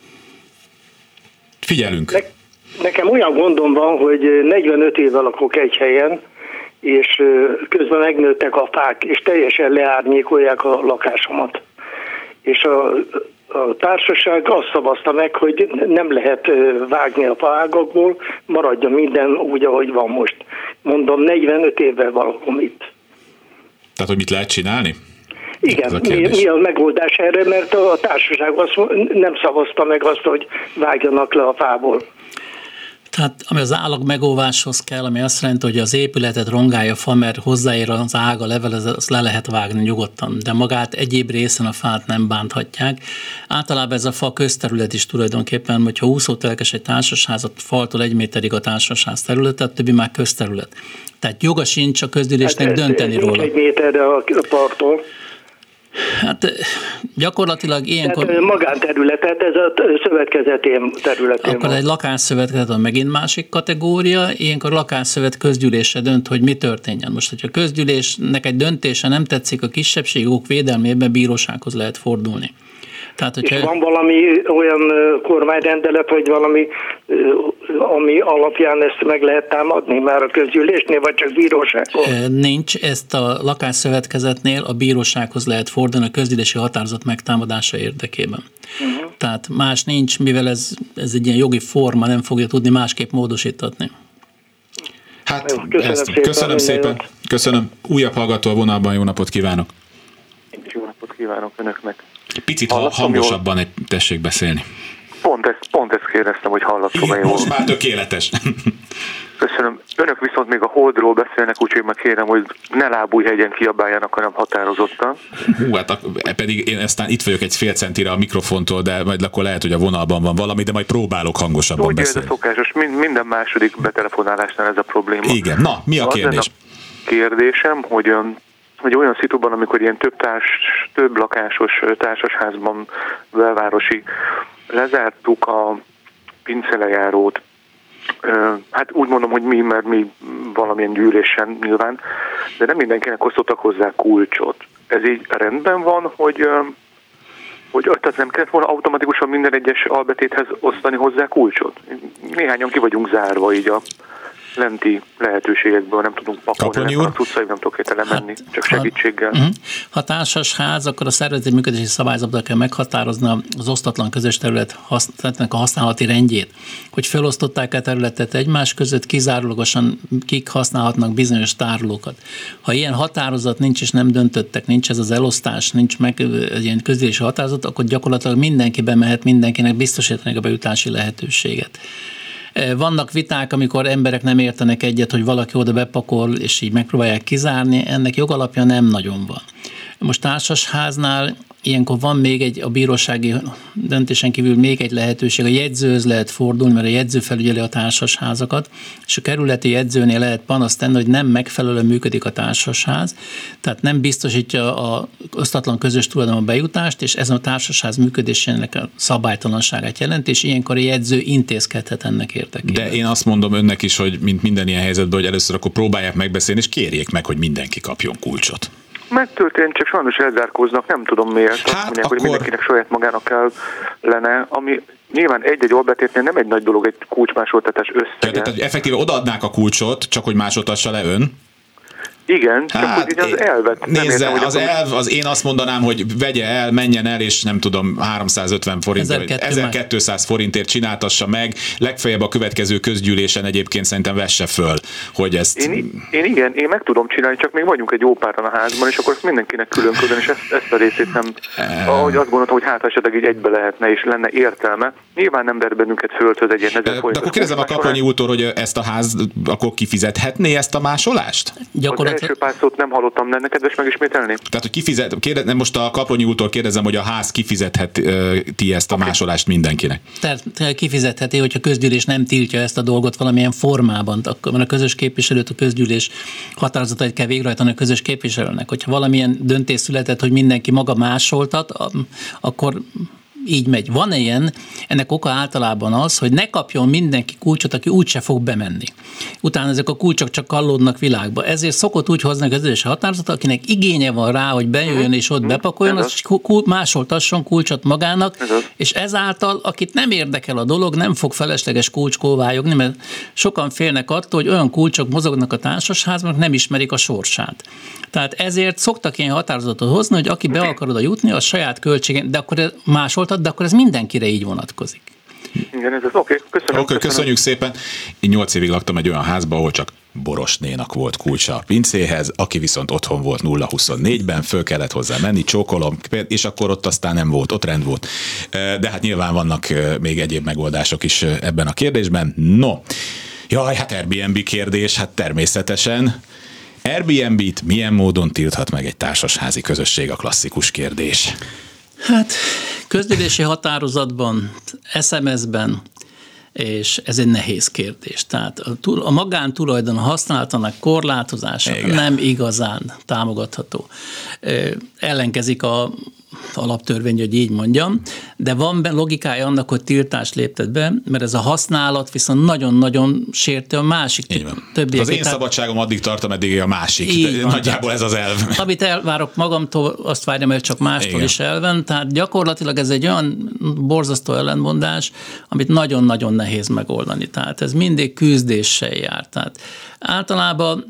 Figyelünk! Nekem olyan gondom van, hogy 45 éve lakok egy helyen, és közben megnőttek a fák, és teljesen leárnyékolják a lakásomat. És a társaság azt szavazta meg, hogy nem lehet vágni a faágakból, maradjon minden úgy, ahogy van most. Mondom, 45 évvel valakom itt. Tehát, hogy mit lehet csinálni? Igen, mi a megoldás erre, mert a társaság nem szavazta meg azt, hogy vágjanak le a fából. Tehát ami az álag megóváshoz kell, ami azt jelenti, hogy az épületet rongálja a fa, mert hozzáér az ág, a level, azt le lehet vágni nyugodtan, de magát egyéb részen a fát nem bánthatják. Általában ez a fa közterület is tulajdonképpen, hogyha úszótelkes egy társasházat, faltól 1 méterig a társasház területe, a többi már közterület. Tehát joga sincs a közgyűlésnek dönteni róla. 1 méterre a parttól. Hát gyakorlatilag ilyenkor... Tehát magánterületet, ez a szövetkezetén területén. Akkor egy lakásszövetkezet a megint másik kategória, ilyenkor lakásszövet közgyűlése dönt, hogy mi történjen. Most, hogyha a közgyűlésnek egy döntése nem tetszik a kisebbségok védelmében, bírósághoz lehet fordulni. Tehát, és van valami olyan kormányrendelet, vagy valami, ami alapján ezt meg lehet támadni már a közgyűlésnél, vagy csak bíróságon? Nincs, ezt a lakásszövetkezetnél a bírósághoz lehet fordulni a közgyűlési határozat megtámadása érdekében. Uh-huh. Tehát más nincs, mivel ez egy ilyen jogi forma, nem fogja tudni másképp módosítatni. Hát, köszönöm szépen. Köszönöm. Újabb hallgató a vonalban, jó napot kívánok. Jó napot kívánok önöknek. Picit hangosabban tessék beszélni. Pont ezt kérdeztem, hogy hallatom-e jól. Most már tökéletes. Köszönöm. Önök viszont még a Holdról beszélnek, úgyhogy meg kérem, hogy ne Lábújhegyen kiabáljanak, hanem határozottan. Hát pedig én aztán itt vagyok egy fél centire a mikrofontól, de majd akkor lehet, hogy a vonalban van valami, de majd próbálok hangosabban beszélni. Ez a szokásos, minden második betelefonálásnál ez a probléma. Igen, na, mi a kérdés? Kérdésem, hogy olyan szituban, amikor ilyen több lakásos társasházban belvárosi lezártuk a pincelejárót, hát úgy mondom, hogy mert mi valamilyen gyűlésen nyilván, de nem mindenkinek osztottak hozzá kulcsot. Ez így rendben van, hogy tehát nem kellett volna automatikusan minden egyes albetéthez osztani hozzá kulcsot? Néhányan ki vagyunk zárva így a lenti lehetőségekből, nem tudunk pakolni, a utcai nem tudok érte lemenni, csak segítséggel. Ha társasház, akkor a szervezeti működési szabályzatban kell meghatározni az osztatlan közös területnek a használati rendjét, hogy felosztották a területet egymás között, kizárólagosan kik használhatnak bizonyos tárolókat. Ha ilyen határozat nincs és nem döntöttek, nincs ez az elosztás, nincs meg egy ilyen közgyűlési határozat, akkor gyakorlatilag mindenki bemehet, mindenkinek biztosítani a bejutási lehetőséget. Vannak viták, amikor emberek nem értenek egyet, hogy valaki oda bepakol, és így megpróbálják kizárni, ennek jogalapja nem nagyon van. Most társasháznál ilyenkor van még a bírósági döntésen kívül még egy lehetőség, a jegyzőhöz lehet fordulni, mert a jegyző felügyeli a társasházakat, és a kerületi jegyzőnél lehet panaszt tenni, hogy nem megfelelően működik a társasház, tehát nem biztosítja az osztatlan közös tulajdonban bejutást, és ez a társasház működésének a szabálytalanságát jelenti, és ilyenkor a jegyző intézkedhet ennek érdekében. De én azt mondom önnek is, hogy mint minden ilyen helyzetben, hogy először akkor próbálják megbeszélni, és kérjék meg, hogy mindenki kapjon kulcsot. Megtörtént, csak sajnos elzárkóznak, nem tudom miért. Azt mondják, hogy mindenkinek saját magának kellene, ami nyilván egy-egy albetétnél nem egy nagy dolog, egy kulcsmásoltatás összege. Tehát effektíve odaadnák a kulcsot, csak hogy másoltassa le ön? Igen, csak hogy így az elvet. Nézze, az én azt mondanám, hogy vegye el, menjen el, és nem tudom, 350 forintért, 1200 forintért csináltassa meg, legfeljebb a következő közgyűlésen egyébként szerintem vesse föl, hogy ezt... Én meg tudom csinálni, csak még vagyunk egy jó páran a házban, és akkor ezt mindenkinek külön-külön, és ezt a részét nem, ahogy azt gondoltam, hogy hát esetleg így egybe lehetne, és lenne értelme. Nyilván nem ver bennünket földhöz egy ilyen 1000 forint. De akkor kérdezem a Kaplonyi úrtól, hogy ezt a ház akkor kifizethetné ezt a másolást? Az első pár szót nem hallottam, lenne kedves megismételni? Tehát, hogy most a Kaplonyi úrtól kérdezem, hogy a ház kifizetheti ezt a másolást mindenkinek. Tehát kifizetheti, hogyha a közgyűlés nem tiltja ezt a dolgot valamilyen formában, akkor a közös képviselőt a közgyűlés határozatait kell végrehajtani a közös képviselőnek. Hogyha valamilyen döntés született, hogy mindenki maga másoltat, akkor így megy. Van ilyen, ennek oka általában az, hogy ne kapjon mindenki kulcsot, aki úgyse fog bemenni. Utána ezek a kulcsok csak kallódnak világba. Ezért szokott úgy hozni a közösségi határozat, akinek igénye van rá, hogy bejöjjön és ott bepakoljon, az másoltasson kulcsot magának, és ezáltal, akit nem érdekel a dolog, nem fog felesleges kulcskóvályogni, mert sokan félnek attól, hogy olyan kulcsok mozognak a társasházban, nem ismerik a sorsát. Tehát ezért szoktak ilyen határozatot hozni, hogy aki be akar oda jutni, az saját költségen, de akkor másoltat, de akkor ez mindenkire így vonatkozik. Igen, ez az oké. Köszönöm. Köszönjük szépen. Én 8 évig laktam egy olyan házban, ahol csak Borosnénak volt kulcsa a pincéhez, aki viszont otthon volt 0-24-ben, föl kellett hozzá menni, csókolom, és akkor ott aztán nem volt, ott rend volt. De hát nyilván vannak még egyéb megoldások is ebben a kérdésben. No, jaj, hát Airbnb kérdés, hát természetesen. Airbnb-t milyen módon tilthat meg egy társasházi közösség, a klasszikus kérdés? Hát közgyűlési határozatban, SMS-ben és ez egy nehéz kérdés. Tehát a magántulajdon használatának korlátozása nem igazán támogatható. Ellenkezik a alaptörvény, hogy így mondjam, de van benne logikája annak, hogy tiltást léptet be, mert ez a használat viszont nagyon-nagyon sérti a másik többieket. Az én szabadságom addig tart, ameddig a másik. Nagyjából ez az elv. Amit elvárok magamtól, azt várjam el csak mástól is elven, tehát gyakorlatilag ez egy olyan borzasztó ellentmondás, amit nagyon-nagyon nehéz megoldani. Tehát ez mindig küzdéssel jár. Tehát általában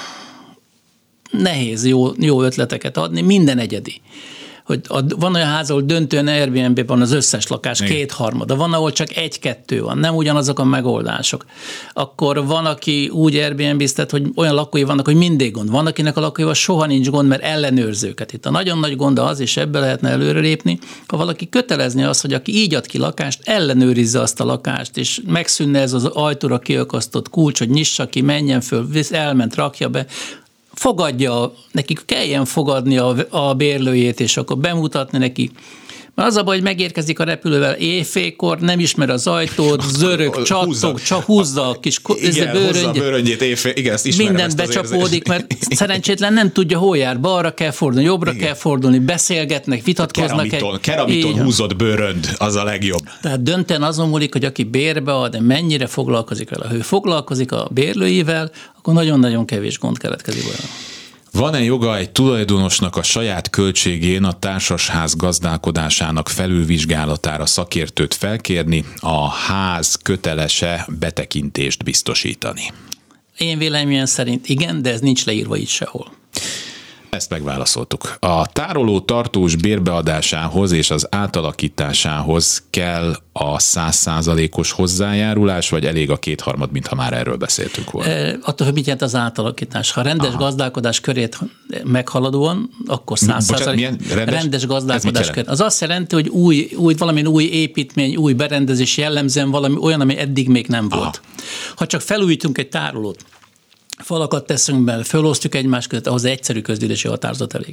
nehéz jó ötleteket adni, minden egyedi. Hogy van olyan ház, ahol döntően Airbnb van az összes lakás, 2/3, van, ahol csak 1-2 van, nem ugyanazok a megoldások. Akkor van, aki úgy Airbnb-ztet, hogy olyan lakói vannak, hogy mindig gond. Van, akinek a lakóival soha nincs gond, mert ellenőrzőket. Itt a nagyon nagy gond az, és ebbe lehetne előrelépni, ha valaki kötelezni azt, hogy aki így ad ki lakást, ellenőrizze azt a lakást, és megszűnne ez az ajtóra kiakasztott kulcs, hogy nyissa ki, menjen föl, elment, rakja be, fogadja, nekik kelljen fogadni a bérlőjét, és akkor bemutatni neki. Mert az a baj, hogy megérkezik a repülővel éjfélkor, nem ismer az ajtót, zörög, csattog, csak húzza a kis bőröngyét éjfél, igen, ezt ismerem. Mindent becsapódik, mert szerencsétlen nem tudja, hol jár, balra kell fordulni, jobbra kell fordulni, beszélgetnek, vitatkoznak. Keramiton húzott bőrönd, az a legjobb. Tehát döntően azon múlik, hogy aki bérbe ad, de mennyire foglalkozik vele. Ha ő foglalkozik a bérlőivel, akkor nagyon-nagyon kevés gond keletkezik vele. Van-e joga egy tulajdonosnak a saját költségén a társasház gazdálkodásának felülvizsgálatára szakértőt felkérni, a ház kötelese betekintést biztosítani? Én véleményem szerint igen, de ez nincs leírva itt sehol. Ezt megválaszoltuk. A tároló tartós bérbeadásához és az átalakításához kell a 100%-os hozzájárulás, vagy elég a 2/3, mintha már erről beszéltünk volna? Attól, hogy mit jelent az átalakítás. Ha rendes gazdálkodás körét meghaladóan, akkor 100%. Rendes gazdálkodás körét. Az azt jelenti, hogy valamilyen új építmény, új berendezés jellemzően valami olyan, ami eddig még nem volt. Ha csak felújítunk egy tárolót, falakat teszünk be, fölosztjuk egymás között, ahhoz egyszerű közgyűlési határozat elég.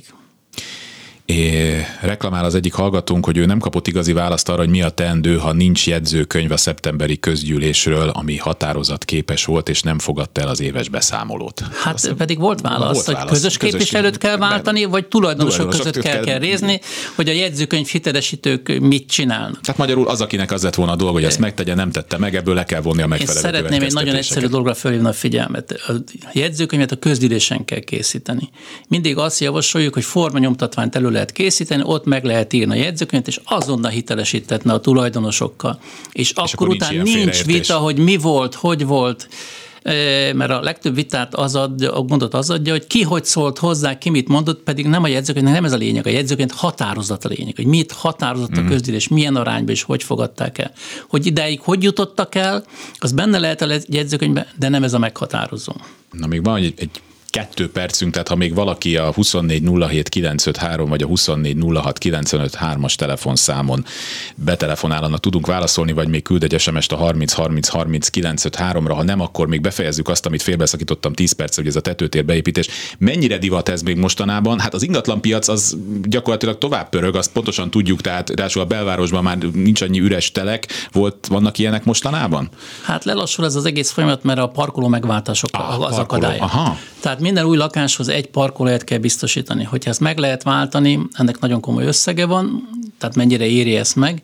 Reklamál az egyik hallgatónk, hogy ő nem kapott igazi választ arra, hogy mi a teendő, ha nincs jegyzőkönyv a szeptemberi közgyűlésről, ami határozatképes volt, és nem fogadta el az éves beszámolót. Hát pedig volt válasz, hogy közös képviselőt kell váltani, vagy tulajdonosok között kell rézni, hogy a jegyzőkönyv hitelesítők mit csinálnak. Tehát magyarul az, akinek az lett volna a dolga, hogy ezt megtegye, nem tette meg, ebből le kell vonni a megfelelő következtetéseket. Én szeretném egy nagyon egyszerű dologra felhívni a figyelmet. A jegyzőkönyvet a közgyűlésen kell készíteni. Mindig azt javasoljuk, hogy formanyomtatványt elő lehet készíteni, ott meg lehet írni a jegyzőkönyvet, és azonnal hitelesítetne a tulajdonosokkal. És akkor utána nincs vita, hogy mi volt, hogy volt, mert a legtöbb vitát a gondot az adja, hogy ki hogy szólt hozzá, ki mit mondott, pedig nem a jegyzőkönyv, nem ez a lényeg. A jegyzőkönyv határozat a lényeg, hogy mit határozott a közgyűlés, milyen arányban és hogy fogadták el. Hogy ideig hogy jutottak el, az benne lehet a jegyzőkönyvben, de nem ez a meghatározó. Na még van egy 2 percünk, tehát ha még valaki a 2407953 vagy a 2406953-as telefonszámon betelefonál, annak tudunk válaszolni, vagy még küld egy SMS-t a 30303953-ra, ha nem, akkor még befejezzük azt, amit félbeszakítottam 10 perc, hogy ez a tetőtér beépítés. Mennyire divat ez még mostanában? Hát az ingatlanpiac az gyakorlatilag tovább pörög, azt pontosan tudjuk, tehát ráadásul a belvárosban már nincs annyi üres telek, vannak ilyenek mostanában? Hát lelassul ez az egész folyamat, mert a parkoló megváltások az akadály. Tehát minden új lakáshoz egy parkolóhelyet kell biztosítani. Hogyha ezt meg lehet váltani, ennek nagyon komoly összege van, tehát mennyire éri ezt meg,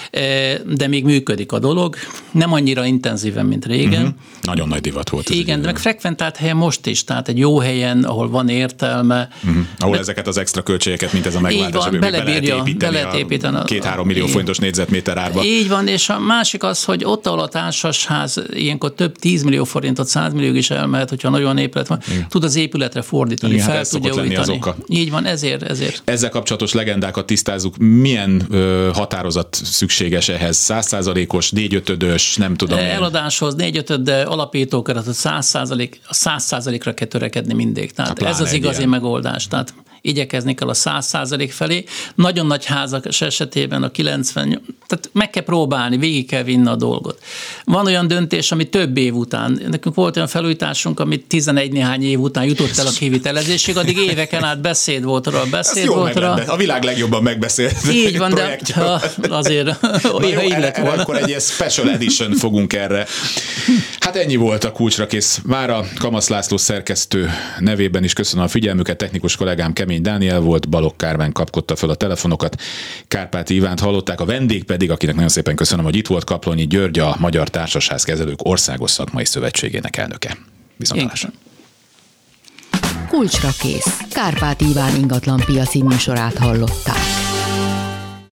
de még működik a dolog, nem annyira intenzíven, mint régen. Nagyon nagy divat volt. Igen, de meg frekventált helyen most is, tehát egy jó helyen, ahol van értelme. Ahol ezeket az extra költségeket, mint ez a megváltás, be lehet építeni a 2-3 millió forintos négyzetméter árba. Így van, és a másik az, hogy ott, ahol a társasház ilyenkor több 10 millió forintot, 100 millióig is elmehet, hogyha nagyon épület van, tud az épületre fordítani, fel tudja újítani. Így van, ezért. Ezzel kapcsolatos legendákat tisztázzuk. Milyen határozat szükséges ehhez? 100%-os, 4/5-ös, nem tudom. Eladáshoz 4/5, de alapítókeretet 100%-ra kell törekedni mindig. Tehát ez az igazi megoldás. Tehát igyekezni kell a 100% felé. Nagyon nagy házak esetében a 90, tehát meg kell próbálni, végig kell vinni a dolgot. Van olyan döntés, ami több év után, nekünk volt olyan felújításunk, ami 11 néhány év után jutott el a kivitelezésig, addig éveken át beszéd volt rá. A világ legjobban megbeszélt. Így van, de azért illet volna. Akkor egy ilyen special edition fogunk erre. Hát ennyi volt a Kulcsra kész mára. Kamasz László szerkesztő nevében is köszönöm a figyelmüket. Technikus kollégám Kemény Dániel volt, Balogh Kármen kapkodta fel a telefonokat. Kárpáti Ivánt hallották, a vendég pedig, akinek nagyon szépen köszönöm, hogy itt volt, Kaplonyi György, a Magyar Társasházkezelők Országos Szakmai Szövetségének elnöke. Viszontlátásra. Kulcsra kész. Kárpáti Iván ingatlanpiaci műsorát hallották.